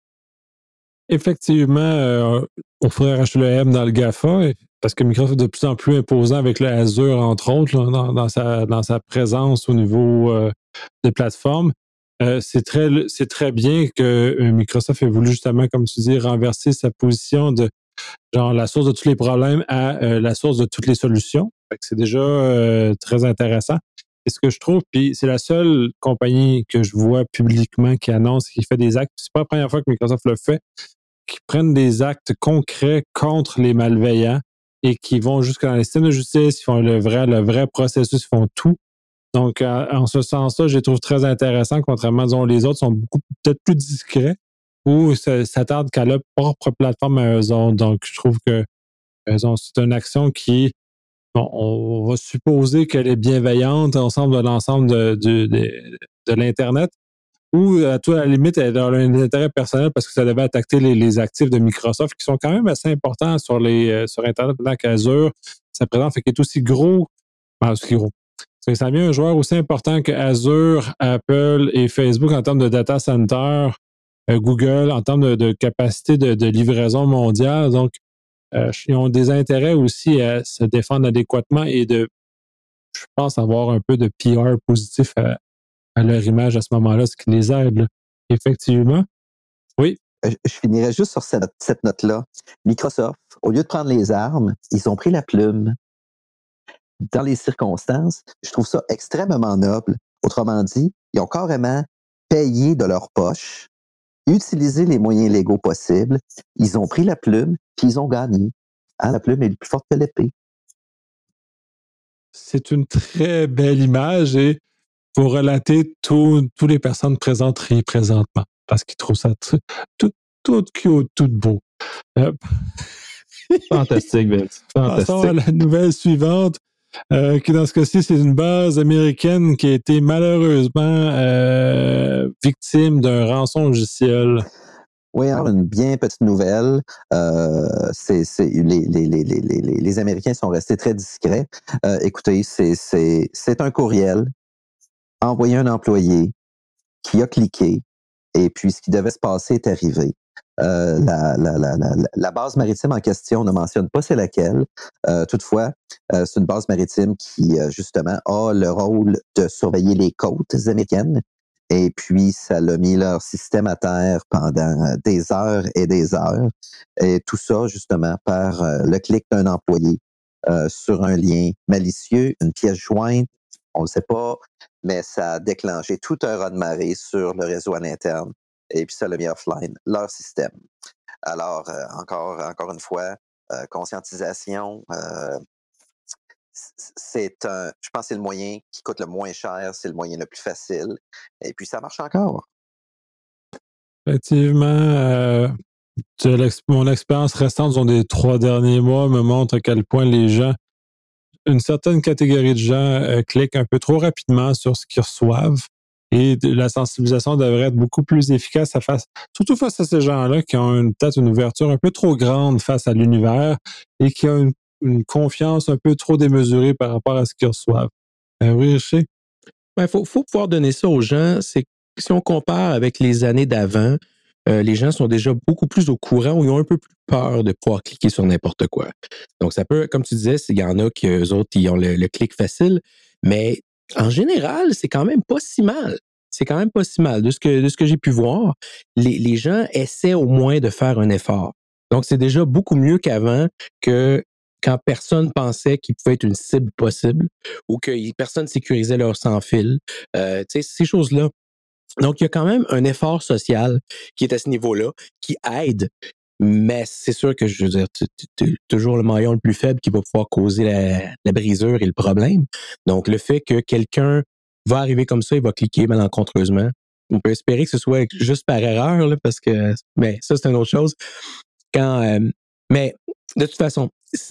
Effectivement, euh, on pourrait racheter le M dans le GAFA, parce que Microsoft est de plus en plus imposant avec le Azure, entre autres, là, dans, dans, sa, dans sa présence au niveau euh, des plateformes. Euh, c'est, très, c'est très bien que euh, Microsoft ait voulu justement, comme tu dis, renverser sa position de genre la source de tous les problèmes à euh, la source de toutes les solutions. Fait que c'est déjà euh, très intéressant. Et ce que je trouve, puis c'est la seule compagnie que je vois publiquement qui annonce, qui fait des actes, c'est pas la première fois que Microsoft le fait, qui prennent des actes concrets contre les malveillants et qui vont jusqu'à dans les systèmes de justice, ils font le vrai, le vrai processus, ils font tout Donc, euh, en ce sens-là, je les trouve très intéressants, contrairement, disons, les autres sont beaucoup peut-être plus discrets ou s'attardent qu'à leur propre plateforme à eux autres. Donc, je trouve que eux, c'est une action qui, bon, on va supposer qu'elle est bienveillante ensemble de l'ensemble de, de, de, de l'Internet, ou à toi, à la limite, elle a un intérêt personnel parce que ça devait attaquer les, les actifs de Microsoft qui sont quand même assez importants sur, les, euh, sur Internet, pendant qu'Azure, ça présente, fait qu'il est aussi gros, ben, aussi gros. Parce que ça vient un joueur aussi important que Azure, Apple et Facebook en termes de data center, euh, Google en termes de, de capacité de, de livraison mondiale. Donc, euh, ils ont des intérêts aussi à se défendre adéquatement et de, je pense, avoir un peu de P R positif à, à leur image à ce moment-là, ce qui les aide, là. Effectivement. Oui. Je, je finirais juste sur cette, cette note-là. Microsoft, au lieu de prendre les armes, ils ont pris la plume. Dans les circonstances, je trouve ça extrêmement noble. Autrement dit, ils ont carrément payé de leur poche, utilisé les moyens légaux possibles, ils ont pris la plume, puis ils ont gagné. Hein, la plume est plus forte que l'épée. C'est une très belle image et pour relater tous les personnes présentes rient présentement parce qu'ils trouvent ça t- tout, tout cute, tout beau. Euh, Fantastique, Vince. Fantastique. Passons à la nouvelle suivante. Euh, qui dans ce cas-ci, c'est une base américaine qui a été malheureusement euh, victime d'un rançon logiciel. Oui, alors une bien petite nouvelle. Euh, c'est, c'est, les, les, les, les, les, les Américains sont restés très discrets. Euh, écoutez, c'est, c'est, c'est un courriel envoyé à un employé qui a cliqué et puis ce qui devait se passer est arrivé. Euh, la, la, la, la, la base maritime en question ne mentionne pas c'est laquelle. Euh, toutefois, euh, c'est une base maritime qui, euh, justement, a le rôle de surveiller les côtes américaines. Et puis, ça l'a mis leur système à terre pendant des heures et des heures. Et tout ça, justement, par euh, le clic d'un employé euh, sur un lien malicieux, une pièce jointe, on ne sait pas, mais ça a déclenché tout un raz-de-marée sur le réseau à l'interne. Et puis ça l'a mis offline, leur système. Alors, euh, encore, encore une fois, euh, conscientisation, euh, c'est un, je pense que c'est le moyen qui coûte le moins cher, c'est le moyen le plus facile. Et puis ça marche encore. Effectivement, euh, mon expérience restante dans les trois derniers mois me montre à quel point les gens, une certaine catégorie de gens euh, cliquent un peu trop rapidement sur ce qu'ils reçoivent. Et la sensibilisation devrait être beaucoup plus efficace, à face, surtout face à ces gens-là qui ont une, peut-être une ouverture un peu trop grande face à l'univers et qui ont une, une confiance un peu trop démesurée par rapport à ce qu'ils reçoivent. Euh, oui, Richer? Il faut, faut pouvoir donner ça aux gens. C'est, si on compare avec les années d'avant, euh, les gens sont déjà beaucoup plus au courant ou ils ont un peu plus peur de pouvoir cliquer sur n'importe quoi. Donc, ça peut, comme tu disais, il y en a qui, eux autres, ils ont le, le clic facile, mais en général, c'est quand même pas si mal. C'est quand même pas si mal. De ce que, de ce que j'ai pu voir, les, les gens essaient au moins de faire un effort. Donc, c'est déjà beaucoup mieux qu'avant que quand personne pensait qu'il pouvait être une cible possible ou que personne sécurisait leur sans-fil. Euh, tu sais, ces choses-là. Donc, il y a quand même un effort social qui est à ce niveau-là, qui aide. Mais c'est sûr que, je veux dire, c'est toujours le maillon le plus faible qui va pouvoir causer la, la brisure et le problème. Donc, le fait que quelqu'un va arriver comme ça, il va cliquer malencontreusement. On peut espérer que ce soit juste par erreur, là, parce que, mais ça, c'est une autre chose. Quand, euh, mais de toute façon,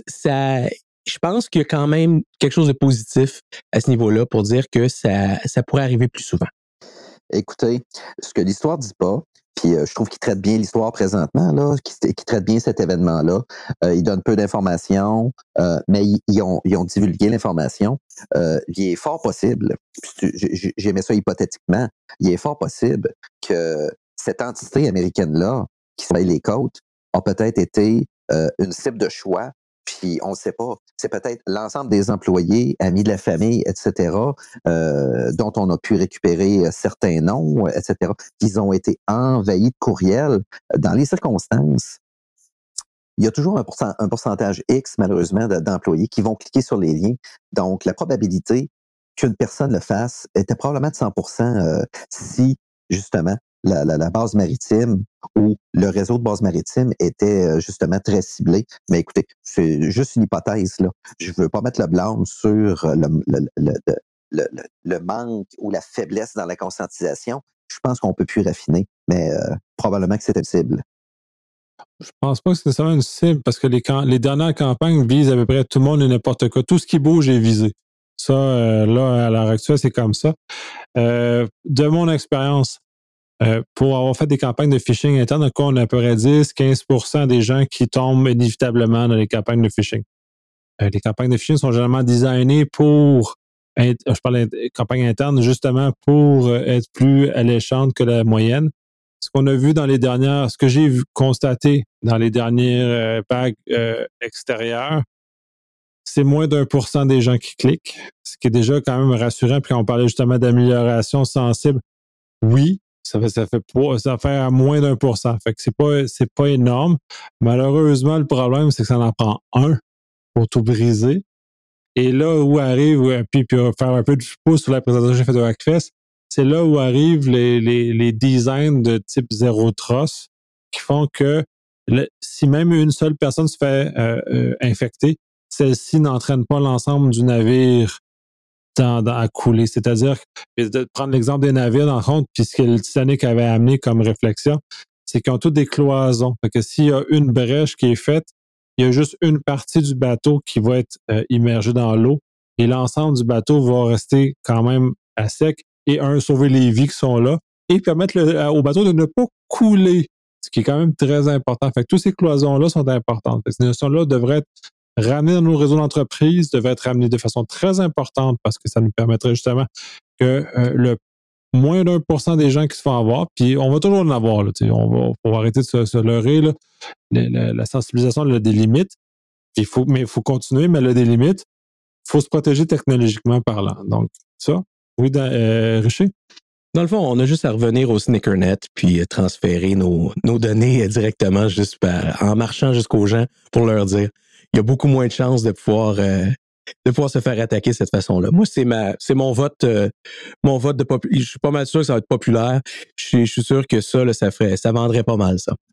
ça, je pense qu'il y a quand même quelque chose de positif à ce niveau-là pour dire que ça, ça pourrait arriver plus souvent. Écoutez, ce que l'histoire dit pas, puis euh, je trouve qu'il traite bien l'histoire présentement, là, qui, qui traite bien cet événement-là. Euh, il donne peu d'informations, euh, mais ils, ils, ont, ils ont divulgué l'information. Euh, il est fort possible, j'aimais ça hypothétiquement, il est fort possible que cette entité américaine-là, qui surveille les côtes, a peut-être été euh, une cible de choix. Puis on ne sait pas, c'est peut-être l'ensemble des employés, amis de la famille, et cetera, euh, dont on a pu récupérer certains noms, et cetera. Ils ont été envahis de courriels. Dans les circonstances, il y a toujours un, pourcent, un pourcentage X, malheureusement, d'employés qui vont cliquer sur les liens. Donc, la probabilité qu'une personne le fasse était probablement de cent pour cent euh, si, justement, La, la, la base maritime ou le réseau de base maritime était justement très ciblé. Mais écoutez, c'est juste une hypothèse, là. Je veux pas mettre le blâme sur le, le, le, le, le, le manque ou la faiblesse dans la conscientisation, je pense qu'on peut plus raffiner, mais euh, probablement que c'était une cible. Je pense pas que c'est nécessairement une cible parce que les, camp- les dernières campagnes visent à peu près tout le monde et n'importe quoi. Tout ce qui bouge est visé. Ça, euh, là, à l'heure actuelle, c'est comme ça. Euh, de mon expérience, euh, pour avoir fait des campagnes de phishing interne, on a à peu près dix à quinze pour cent des gens qui tombent inévitablement dans les campagnes de phishing. Euh, les campagnes de phishing sont généralement designées pour, je parle de campagnes internes, justement pour être plus alléchantes que la moyenne. Ce qu'on a vu dans les dernières, ce que j'ai vu, constaté dans les dernières euh, vagues euh, extérieures, c'est moins d'un pour cent des gens qui cliquent, ce qui est déjà quand même rassurant. Puis on parlait justement d'amélioration sensible. Oui, ça fait, ça fait, pas, ça fait à moins d'un pour cent. Fait que c'est pas, c'est pas énorme. Malheureusement, le problème, c'est que ça en prend un pour tout briser. Et là où arrive, puis, puis faire un peu de pouce sur la présentation que j'ai faite de Hackfest, c'est là où arrivent les, les, les designs de type zéro trust qui font que le, si même une seule personne se fait euh, euh, infecter, celle-ci n'entraîne pas l'ensemble du navire dans, dans, à couler. C'est-à-dire, de prendre l'exemple des navires, dans le compte, puis ce que le Titanic avait amené comme réflexion, c'est qu'ils ont toutes des cloisons. Fait que s'il y a une brèche qui est faite, il y a juste une partie du bateau qui va être euh, immergée dans l'eau et l'ensemble du bateau va rester quand même à sec et un, sauver les vies qui sont là et permettre le, au bateau de ne pas couler, ce qui est quand même très important. Fait que toutes ces cloisons-là sont importantes. Ces notions-là devraient être ramenées dans nos réseaux d'entreprise, devraient être ramenées de façon très importante parce que ça nous permettrait justement que euh, le moins d'un pour cent des gens qui se font avoir, puis on va toujours en avoir, là, on va, faut arrêter de se, se leurrer, là. La, la, la sensibilisation elle a des limites, il faut, mais il faut continuer, mais elle a des limites. Il faut se protéger technologiquement parlant. Donc, ça, oui, dans, euh, Richer? Dans le fond, on a juste à revenir au Snickernet puis transférer nos, nos données directement juste par, en marchant jusqu'aux gens pour leur dire il y a beaucoup moins de chances de pouvoir euh, de pouvoir se faire attaquer de cette façon-là. Moi, c'est ma c'est mon vote euh, mon vote de populaire. Je suis pas mal sûr que ça va être populaire. Je suis, je suis sûr que ça, là, ça ferait ça vendrait pas mal, ça.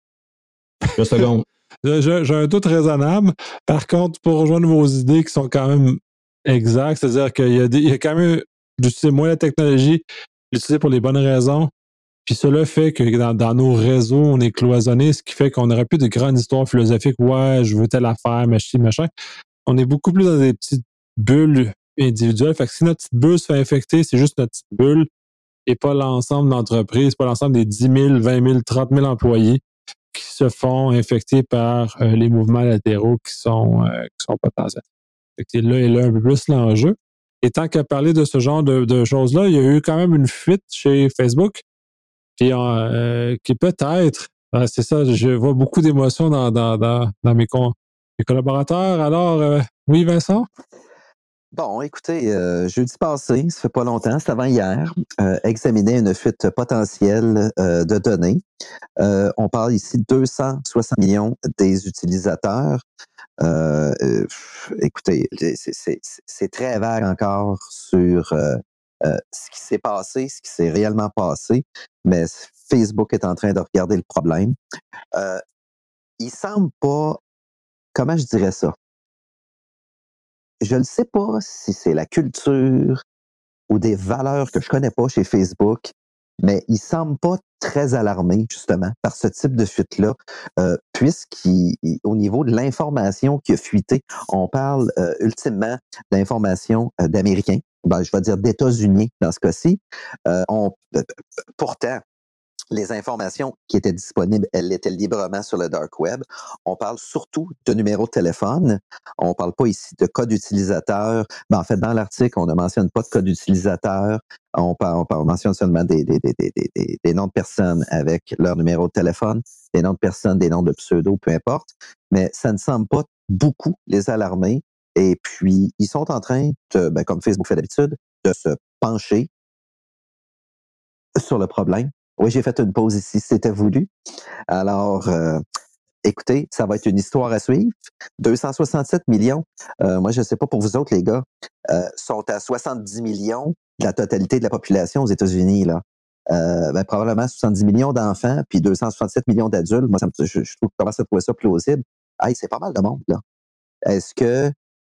Deux secondes. J'ai, j'ai un doute raisonnable. Par contre, pour rejoindre vos idées qui sont quand même exactes, c'est-à-dire qu'il y a, des, il y a quand même d'utiliser moins la technologie, l'utiliser pour les bonnes raisons. Puis cela fait que dans, dans nos réseaux, on est cloisonné, ce qui fait qu'on n'aurait plus de grandes histoires philosophiques. Ouais, je veux telle affaire, machin, machin. On est beaucoup plus dans des petites bulles individuelles. Fait que si notre petite bulle se fait infecter, c'est juste notre petite bulle et pas l'ensemble de l'entreprise, pas l'ensemble des dix mille, vingt mille, trente mille employés qui se font infecter par euh, les mouvements latéraux qui sont, euh, qui sont potentiels. Fait que là et là un peu plus l'enjeu. Et tant qu'à parler de ce genre de, de choses-là, il y a eu quand même une fuite chez Facebook qui, euh, qui peut-être, euh, c'est ça, je vois beaucoup d'émotions dans, dans, dans, dans mes, con, mes collaborateurs. Alors, euh, oui, Vincent? Bon, écoutez, euh, jeudi passé, ça fait pas longtemps, c'est avant hier, euh, examiner une fuite potentielle euh, de données. Euh, on parle ici de deux cent soixante millions des utilisateurs. Euh, euh, écoutez, c'est, c'est, c'est très vague encore sur euh, euh, ce qui s'est passé, ce qui s'est réellement passé, mais Facebook est en train de regarder le problème. Euh, il semble pas, comment je dirais ça? Je ne sais pas si c'est la culture ou des valeurs que je connais pas chez Facebook, mais il semble pas très alarmé justement par ce type de fuite-là, euh, puisqu'au niveau de l'information qui a fuité, on parle euh, ultimement d'informations euh, d'Américains, ben, je vais dire d'États-Unis dans ce cas-ci. Euh, on, euh, pourtant, les informations qui étaient disponibles, elles étaient librement sur le dark web. On parle surtout de numéros de téléphone. On ne parle pas ici de code utilisateur. Ben, en fait, dans l'article, on ne mentionne pas de code utilisateur. On, parle, on, parle, on mentionne seulement des, des, des, des, des, des noms de personnes avec leur numéro de téléphone, des noms de personnes, des noms de pseudo, peu importe. Mais ça ne semble pas beaucoup les alarmer. Et puis, ils sont en train, de, ben, comme Facebook fait d'habitude, de se pencher sur le problème. Oui, j'ai fait une pause ici, c'était voulu. Alors, euh, écoutez, ça va être une histoire à suivre. deux cent soixante-sept millions, euh, moi je ne sais pas pour vous autres les gars, euh, sont à soixante-dix millions de la totalité de la population aux États-Unis, là. Euh, ben, probablement soixante-dix millions d'enfants, puis deux cent soixante-sept millions d'adultes. Moi, ça me, je, je trouve, commence à trouver ça plausible. Hey, c'est pas mal de monde, là. Est-ce que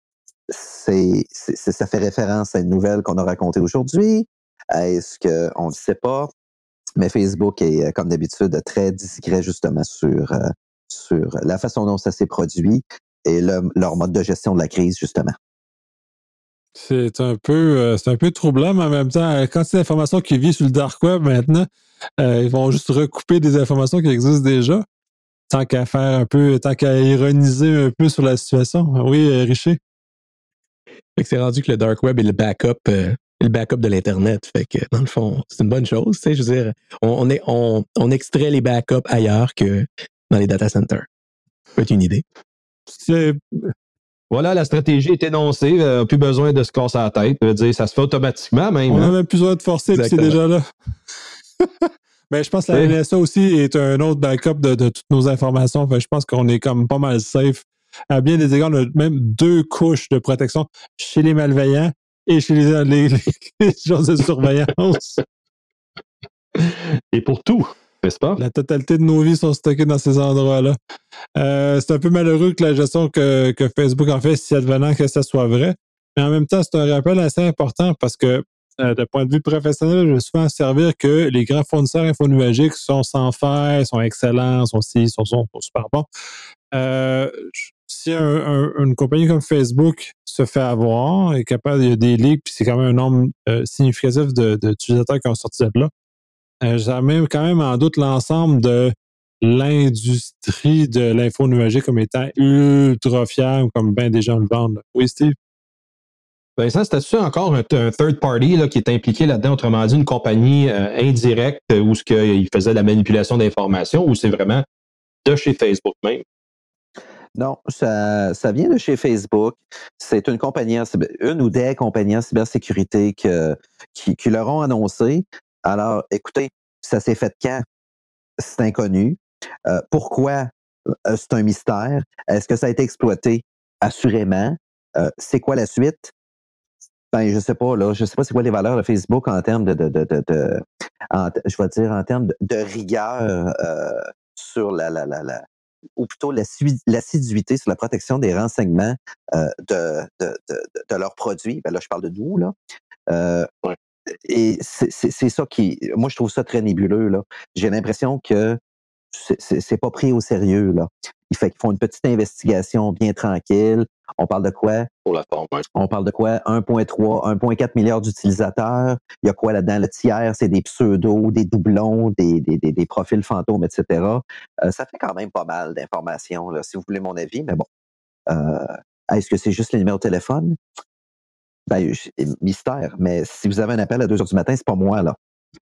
c'est, c'est, ça fait référence à une nouvelle qu'on a racontée aujourd'hui. Est-ce qu'on ne sait pas? Mais Facebook est, comme d'habitude, très discret justement sur, euh, sur la façon dont ça s'est produit et le, leur mode de gestion de la crise, justement. C'est un peu, euh, c'est un peu troublant, mais en même temps, quand c'est l'information qui vit sur le dark web maintenant, euh, ils vont juste recouper des informations qui existent déjà, tant qu'à faire un peu, tant qu'à ironiser un peu sur la situation. Oui, euh, Richer? Fait que c'est rendu que le dark web est le backup, euh, le backup de l'Internet. Fait que, dans le fond, c'est une bonne chose. Tu sais, je veux dire, on, on, est, on, on extrait les backups ailleurs que dans les data centers. Ça peut être une idée. C'est... Voilà, la stratégie est énoncée. Euh, plus besoin de se casser la tête. Je veux dire, ça se fait automatiquement même. On n'a hein? même plus besoin de forcer, puis c'est déjà là. Mais je pense que la N S A aussi est un autre backup de, de toutes nos informations. Fait, je pense qu'on est comme pas mal safe. À bien des égards, on a même deux couches de protection chez les malveillants et chez les, les, les, les gens de surveillance. Et pour tout, n'est-ce pas? La totalité de nos vies sont stockées dans ces endroits-là. Euh, c'est un peu malheureux que la gestion que, que Facebook en fait, si advenant que ça soit vrai. Mais en même temps, c'est un rappel assez important parce que, euh, d'un point de vue professionnel, je veux souvent servir que les grands fournisseurs infonuagiques sont sans faille, sont excellents, sont, sont, sont, sont super bons. Euh, si un, un, une compagnie comme Facebook se fait avoir, est capable, il y a des leaks, puis c'est quand même un nombre euh, significatif de, d'utilisateurs qui ont sorti de là, euh, ça met quand même en doute l'ensemble de l'industrie de l'info nuagique comme étant ultra fiable, comme bien des gens le vendent. Oui, Steve? Ben ça, c'est encore un, un third party là, qui est impliqué là-dedans, autrement dit, une compagnie euh, indirecte où ce qu'il faisait de la manipulation d'informations, ou c'est vraiment de chez Facebook même? Non, ça, ça vient de chez Facebook. C'est une compagnie, en, une ou des compagnies en cybersécurité que, qui, qui leur ont annoncé. Alors, écoutez, ça s'est fait quand? C'est inconnu. Euh, pourquoi? Euh, c'est un mystère. Est-ce que ça a été exploité? Assurément. Euh, c'est quoi la suite? Ben, je sais pas, là. Je sais pas c'est quoi les valeurs de Facebook en termes de, de, de, de, de en, je vais dire, en termes de, de rigueur euh, sur la, la, la, la, ou plutôt l'assiduité sur la protection des renseignements euh, de, de, de, de leurs produits. Ben là, je parle de nous, là. Euh, ouais. Et c'est, c'est, c'est ça qui, moi, je trouve ça très nébuleux, là. J'ai l'impression que c'est, c'est, c'est pas pris au sérieux, là. Il fait qu'ils font une petite investigation bien tranquille. On parle de quoi? Pour la forme, ouais. On parle de quoi? un virgule trois, un virgule quatre milliards d'utilisateurs. Il y a quoi là-dedans? Le tiers, c'est des pseudos, des doublons, des, des, des, des profils fantômes, et cetera. Euh, ça fait quand même pas mal d'informations, là, si vous voulez mon avis. Mais bon, euh, est-ce que c'est juste les numéros de téléphone? Ben, mystère. Mais si vous avez un appel à deux heures du matin, c'est pas moi, là.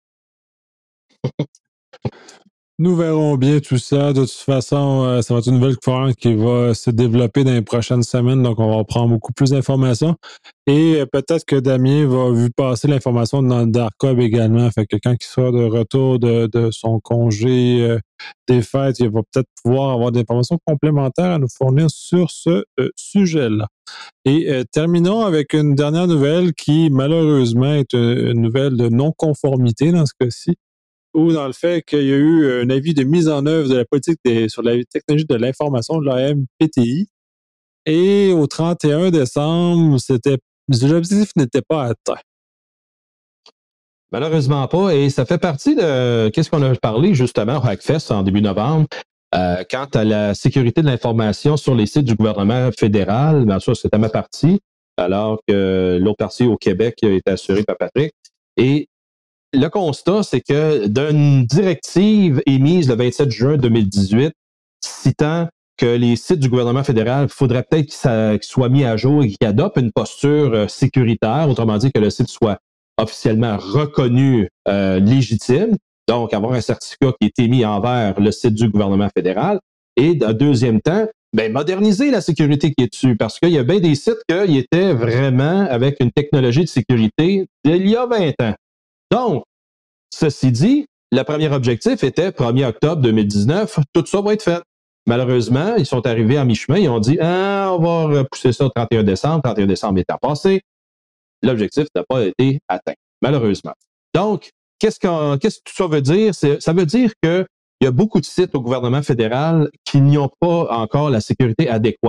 Nous verrons bien tout ça. De toute façon, euh, ça va être une nouvelle courante qui va se développer dans les prochaines semaines. Donc, on va prendre beaucoup plus d'informations. Et euh, peut-être que Damien va vu passer l'information dans le dark web également. Fait que quand il sera de retour de, de son congé euh, des fêtes, il va peut-être pouvoir avoir des informations complémentaires à nous fournir sur ce euh, sujet-là. Et euh, terminons avec une dernière nouvelle qui, malheureusement, est une, une nouvelle de non-conformité dans ce cas-ci, ou dans le fait qu'il y a eu un avis de mise en œuvre de la politique des, sur la technologie de l'information de l'A M P T I. Et au trente et un décembre, c'était, l'objectif n'était pas atteint. Malheureusement pas. Et ça fait partie de qu'est-ce qu'on a parlé justement au Hackfest en début novembre. Euh, quant à la sécurité de l'information sur les sites du gouvernement fédéral, bien sûr, c'était ma partie, alors que l'autre partie au Québec est assurée par Patrick. Et le constat, c'est que d'une directive émise le vingt-sept juin deux mille dix-huit, citant que les sites du gouvernement fédéral, il faudrait peut-être qu'ils soient mis à jour et qu'ils adoptent une posture sécuritaire, autrement dit que le site soit officiellement reconnu euh, légitime, donc avoir un certificat qui est émis envers le site du gouvernement fédéral. Et en deuxième temps, ben, moderniser la sécurité qui est dessus, parce qu'il y a bien des sites qui étaient vraiment avec une technologie de sécurité d'il y a vingt ans. Donc, ceci dit, le premier objectif était premier octobre deux mille dix-neuf, tout ça va être fait. Malheureusement, ils sont arrivés à mi-chemin, ils ont dit ah, on va repousser ça au trente et un décembre, trente et un décembre étant passé. L'objectif n'a pas été atteint, malheureusement. Donc, qu'est-ce, qu'on, qu'est-ce que tout ça veut dire? C'est, ça veut dire qu'il y a beaucoup de sites au gouvernement fédéral qui n'y ont pas encore la sécurité adéquate.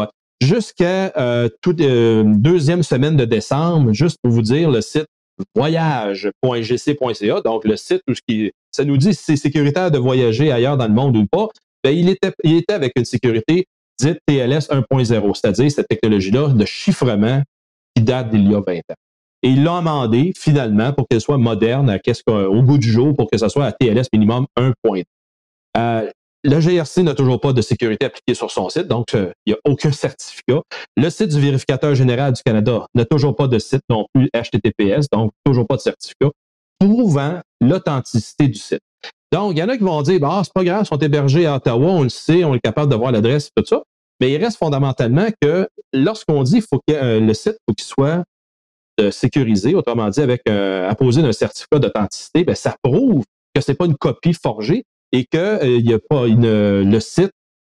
jusqu'à euh, toute euh, deuxième semaine de décembre, juste pour vous dire, le site voyage point g c point c a, donc le site où ce qui, ça nous dit si c'est sécuritaire de voyager ailleurs dans le monde ou pas, ben, il, était, il était avec une sécurité dite T L S un point zéro, c'est-à-dire cette technologie-là de chiffrement qui date d'il y a vingt ans. Et ils l'ont amendé finalement pour qu'elle soit moderne à qu'est-ce au goût du jour, pour que ça soit à T L S minimum un point deux. Euh, le G R C n'a toujours pas de sécurité appliquée sur son site, donc euh, il n'y a aucun certificat. Le site du vérificateur général du Canada n'a toujours pas de site non plus H T T P S, donc toujours pas de certificat prouvant l'authenticité du site. Donc, il y en a qui vont dire, bah, c'est pas grave, ils sont hébergés à Ottawa, on le sait, on est capable de voir l'adresse, tout ça. Mais il reste fondamentalement que lorsqu'on dit faut que euh, le site faut qu'il soit euh, sécurisé, autrement dit, avec euh, apposé d'un certificat d'authenticité, ben, ça prouve que c'est pas une copie forgée et que euh, il y a pas une, le site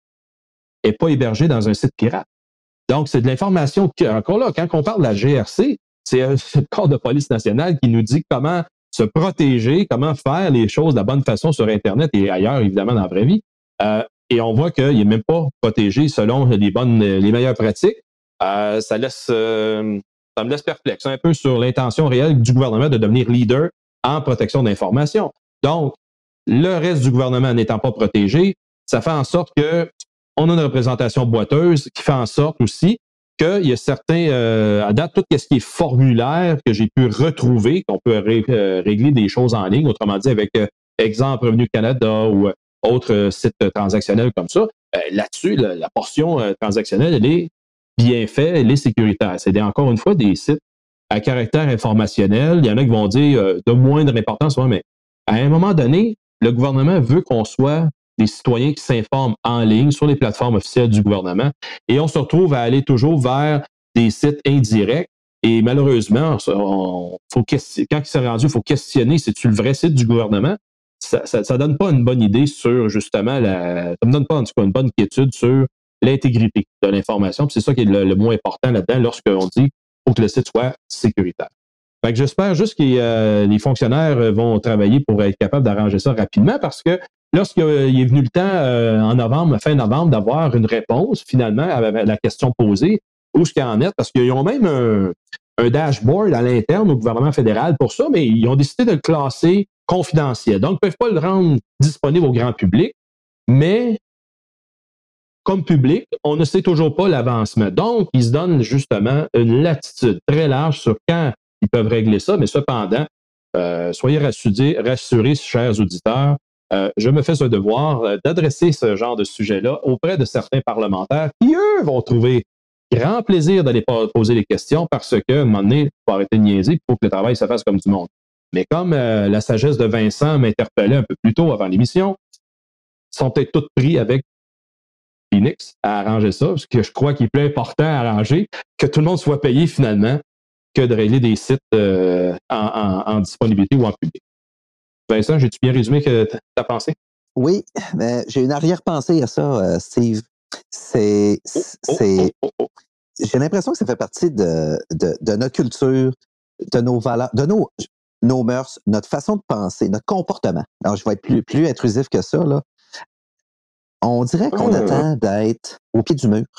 est pas hébergé dans un site pirate. Donc, c'est de l'information qui, encore là, quand on parle de la G R C, c'est euh, le corps de police nationale qui nous dit comment se protéger, comment faire les choses de la bonne façon sur Internet et ailleurs, évidemment, dans la vraie vie. Euh, et on voit qu'il n'est même pas protégé selon les bonnes, les meilleures pratiques. Euh, ça laisse, euh, ça me laisse perplexe un peu sur l'intention réelle du gouvernement de devenir leader en protection d'information. Donc, le reste du gouvernement n'étant pas protégé, ça fait en sorte que on a une représentation boiteuse qui fait en sorte aussi qu'il y a certains, euh, à date, tout ce qui est formulaire que j'ai pu retrouver, qu'on peut ré, euh, régler des choses en ligne, autrement dit avec euh, exemple Revenu Canada ou euh, autres sites transactionnels comme ça, euh, là-dessus, la, la portion euh, transactionnelle, elle est bien faite, elle est sécuritaire. C'est des, encore une fois des sites à caractère informationnel. Il y en a qui vont dire euh, de moindre importance, ouais, mais à un moment donné, le gouvernement veut qu'on soit des citoyens qui s'informent en ligne sur les plateformes officielles du gouvernement et on se retrouve à aller toujours vers des sites indirects et malheureusement, on, faut question, quand il s'est rendu, il faut questionner si c'est le vrai site du gouvernement. Ça, ça, ça donne pas une bonne idée sur justement la, ça me donne pas en tout cas une bonne quiétude sur l'intégrité de l'information. Puis c'est ça qui est le, le moins important là-dedans lorsqu'on dit qu'il faut que le site soit sécuritaire. Fait que j'espère juste que euh, les fonctionnaires vont travailler pour être capables d'arranger ça rapidement parce que lorsqu'il est venu le temps euh, en novembre, fin novembre, d'avoir une réponse finalement à la question posée, où ce qu'il en est, parce qu'ils ont même un, un dashboard à l'interne au gouvernement fédéral pour ça, mais ils ont décidé de le classer confidentiel. Donc, ils ne peuvent pas le rendre disponible au grand public, mais comme public, on ne sait toujours pas l'avancement. Donc, ils se donnent justement une latitude très large sur quand ils peuvent régler ça, mais cependant, euh, soyez rassurés, rassurés, chers auditeurs, euh, je me fais ce devoir euh, d'adresser ce genre de sujet-là auprès de certains parlementaires qui, eux, vont trouver grand plaisir d'aller poser les questions parce que, à un moment donné, il faut arrêter de niaiser, il faut que le travail se fasse comme du monde. Mais comme euh, la sagesse de Vincent m'interpellait un peu plus tôt avant l'émission, ils sont peut-être tous pris avec Phoenix à arranger ça, parce que je crois qu'il est plus important à arranger que tout le monde soit payé finalement que de régler des sites euh, en, en, en disponibilité ou en public. Vincent, j'ai-tu bien résumé que ta pensée? Oui, mais j'ai une arrière-pensée à ça, euh, Steve. C'est, c'est, oh, oh, oh, oh. J'ai l'impression que ça fait partie de, de, de notre culture, de nos valeurs, de nos, nos mœurs, notre façon de penser, notre comportement. Alors, je vais être plus, plus intrusif que ça, là. On dirait qu'on mmh. attend d'être au pied du mur.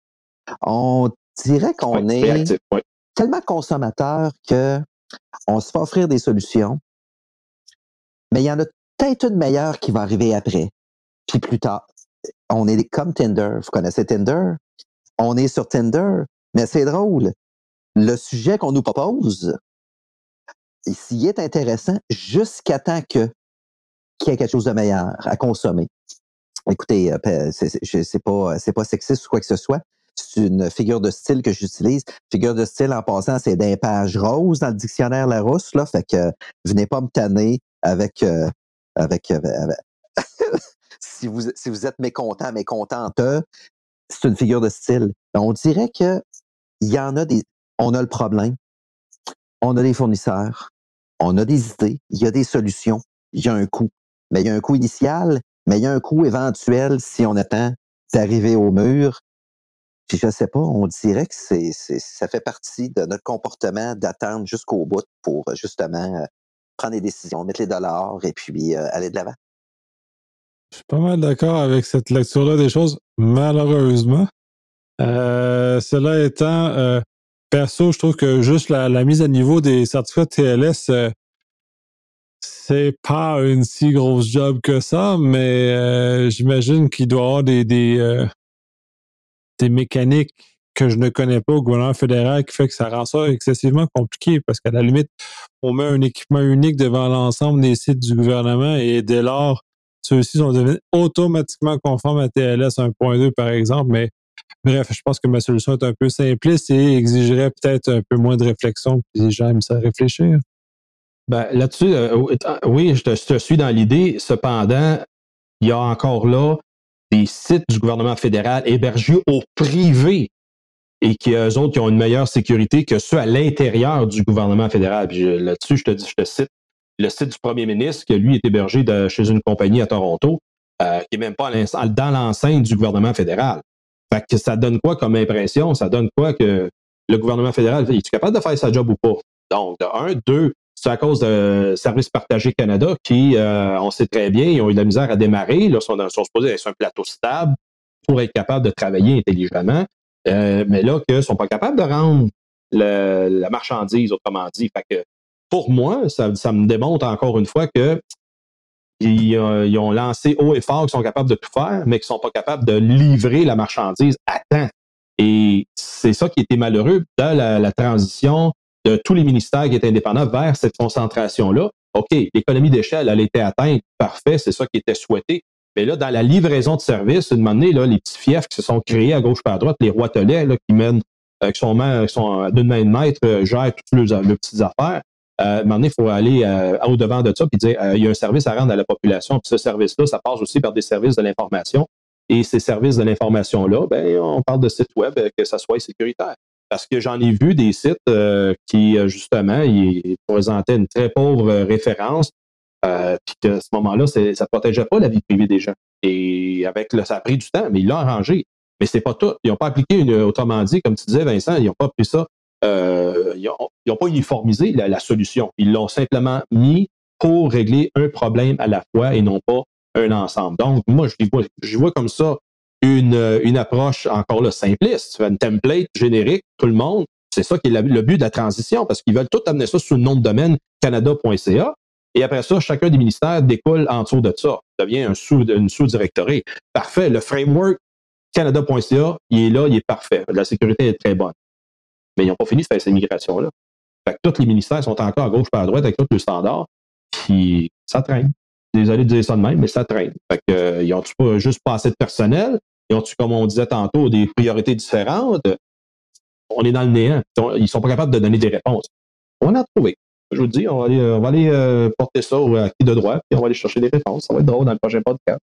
On dirait qu'on ouais, est réactif, ouais. tellement consommateur qu'on se fait offrir des solutions, mais il y en a peut-être une meilleure qui va arriver après, puis plus tard. On est comme Tinder. Vous connaissez Tinder? On est sur Tinder, mais c'est drôle. Le sujet qu'on nous propose, s'il est intéressant jusqu'à temps que, qu'il y ait quelque chose de meilleur à consommer. Écoutez, c'est, c'est, c'est, pas, c'est pas sexiste ou quoi que ce soit. C'est une figure de style que j'utilise. Figure de style, en passant, c'est d'un page rose dans le dictionnaire Larousse, là. Fait que venez pas me tanner avec... Euh, avec, avec, avec si, vous, si vous êtes mécontent, mécontente, c'est une figure de style. On dirait que il y en a des... On a le problème. On a des fournisseurs. On a des idées. Il y a des solutions. Il y a un coût. Mais il y a un coût initial, mais il y a un coût éventuel si on attend d'arriver au mur. Puis je sais pas, on dirait que c'est, c'est, ça fait partie de notre comportement d'attendre jusqu'au bout pour justement euh, prendre des décisions, mettre les dollars et puis euh, aller de l'avant. Je suis pas mal d'accord avec cette lecture-là des choses, malheureusement. Euh, cela étant, euh, perso, je trouve que juste la, la mise à niveau des certificats T L S, euh, c'est pas une si grosse job que ça, mais euh, j'imagine qu'il doit y avoir des, des, euh, des mécaniques que je ne connais pas au gouvernement fédéral qui fait que ça rend ça excessivement compliqué parce qu'à la limite, on met un équipement unique devant l'ensemble des sites du gouvernement et dès lors, ceux-ci sont devenus automatiquement conformes à T L S un point deux, par exemple. Mais bref, je pense que ma solution est un peu simpliste et exigerait peut-être un peu moins de réflexion. Puis les gens aiment ça réfléchir. Ben, là-dessus, euh, oui, je te, je te suis dans l'idée. Cependant, il y a encore là des sites du gouvernement fédéral hébergés au privé et qui, eux autres, qui ont une meilleure sécurité que ceux à l'intérieur du gouvernement fédéral. Puis je, là-dessus, je te dis, je te cite le site du premier ministre, qui lui est hébergé de, chez une compagnie à Toronto, euh, qui n'est même pas dans l'enceinte du gouvernement fédéral. Fait que ça donne quoi comme impression? Ça donne quoi que le gouvernement fédéral, est-tu capable de faire sa job ou pas? Donc, de un, deux, c'est à cause de Services partagés Canada qui, euh, on sait très bien, ils ont eu de la misère à démarrer. Là, ils sont, sont supposés être sur un plateau stable pour être capables de travailler intelligemment. Euh, mais là, qu'ils ne sont pas capables de rendre le, la marchandise, autrement dit. Fait que pour moi, ça, ça me démontre encore une fois que ils, euh, ils ont lancé haut et fort qu'ils sont capables de tout faire, mais qu'ils ne sont pas capables de livrer la marchandise à temps. Et c'est ça qui était malheureux dans la, la transition de tous les ministères qui étaient indépendants vers cette concentration-là. OK, l'économie d'échelle, elle a été atteinte, parfait, c'est ça qui était souhaité. Mais là, dans la livraison de services, une moment donné, là, les petits fiefs qui se sont créés à gauche par à droite, les roitelets là, qui mènent, euh, qui sont, qui sont d'une main de maître, euh, gèrent toutes leurs, leurs petites affaires. Euh, à un moment donné, il faut aller euh, au-devant de ça et dire euh, il y a un service à rendre à la population. Puis ce service-là, ça passe aussi par des services de l'information. Et ces services de l'information-là, ben, on parle de sites web, euh, que ça soit sécuritaire. Parce que j'en ai vu des sites euh, qui, justement, ils présentaient une très pauvre euh, référence. Euh, puis qu'à ce moment-là, c'est, ça ne protégeait pas la vie privée des gens. Et avec le, ça a pris du temps, mais ils l'ont arrangé. Mais c'est pas tout. Ils n'ont pas appliqué, une, autrement dit, comme tu disais, Vincent, ils n'ont pas pris ça, euh, ils n'ont pas uniformisé la, la solution. Ils l'ont simplement mis pour régler un problème à la fois et non pas un ensemble. Donc, moi, je vois, je vois comme ça une, une approche encore là simpliste. Tu fais une template générique, tout le monde. C'est ça qui est la, le but de la transition, parce qu'ils veulent tout amener ça sous le nom de domaine canada point c a. Et après ça, chacun des ministères découle en dessous de ça. Ça devient un sous, une sous-directorée. Parfait. Le framework canada point c a, il est là, il est parfait. La sécurité est très bonne. Mais ils n'ont pas fini de faire cette migration-là. Fait que tous les ministères sont encore à gauche par à droite avec tous les standards. Puis ça traîne. Désolé de dire ça de même, mais ça traîne. Fait que, euh, ils ont-tu pas juste pas assez de personnel? Ils ont-tu, comme on disait tantôt, des priorités différentes? On est dans le néant. Ils ne sont pas capables de donner des réponses. On va en trouver. Je vous dis, on va aller, on va aller euh, porter ça au acquis de droit, puis on va aller chercher des réponses. Ça va être drôle dans le prochain podcast.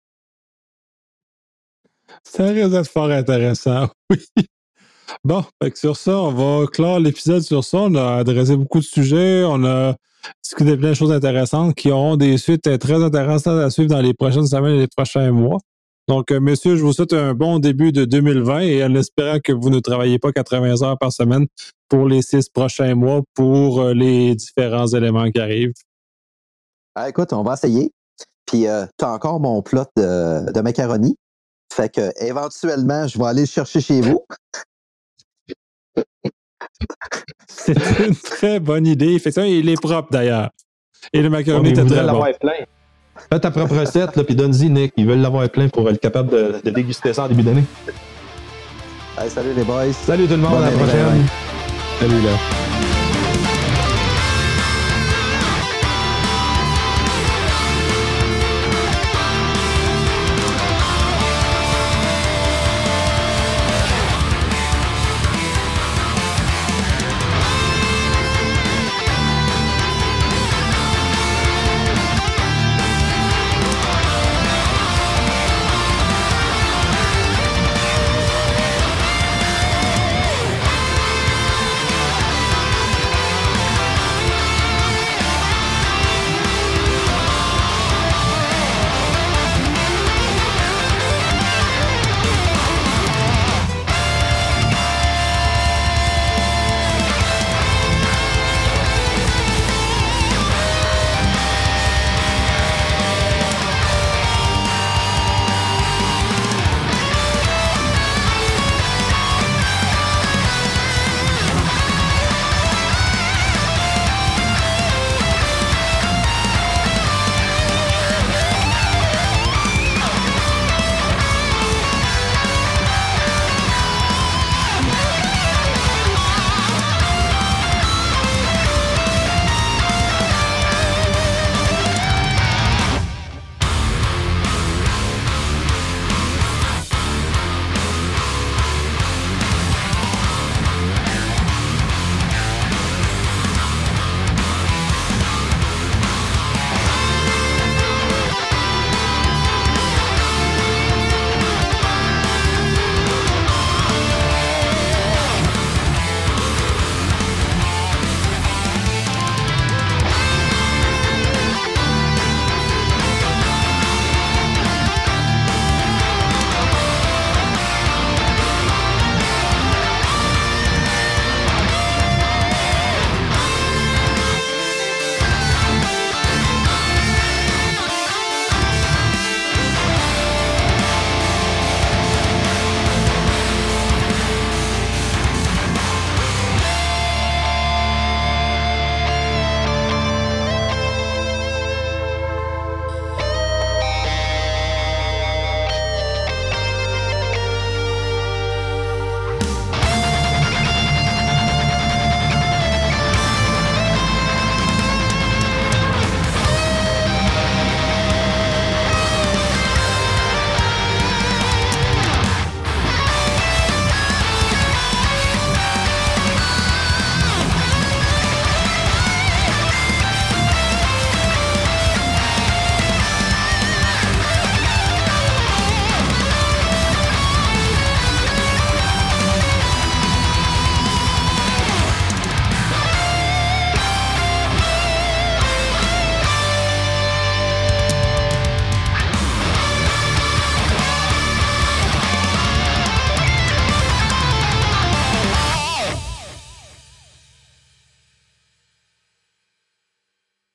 Ça risque d'être fort intéressant, oui. Bon, fait que sur ça, on va clore l'épisode sur ça. On a adressé beaucoup de sujets, on a discuté plein de choses intéressantes qui auront des suites très intéressantes à suivre dans les prochaines semaines et les prochains mois. Donc, euh, messieurs, je vous souhaite un bon début de deux mille vingt et en espérant que vous ne travaillez pas quatre-vingts heures par semaine pour les six prochains mois pour euh, les différents éléments qui arrivent. Ah, écoute, on va essayer. Puis, euh, tu as encore mon plot de, de macaroni. Fait que, éventuellement, je vais aller le chercher chez vous. C'est une très bonne idée. Effectivement, il est propre d'ailleurs. Et le macaroni était très bon. Plein. Fais ta propre recette, là, puis donne-y, Nick. Ils veulent l'avoir plein pour être capable de, de déguster ça en début d'année. Allez, salut les boys. Salut tout le monde, bonne à la prochaine. Bye. Salut là.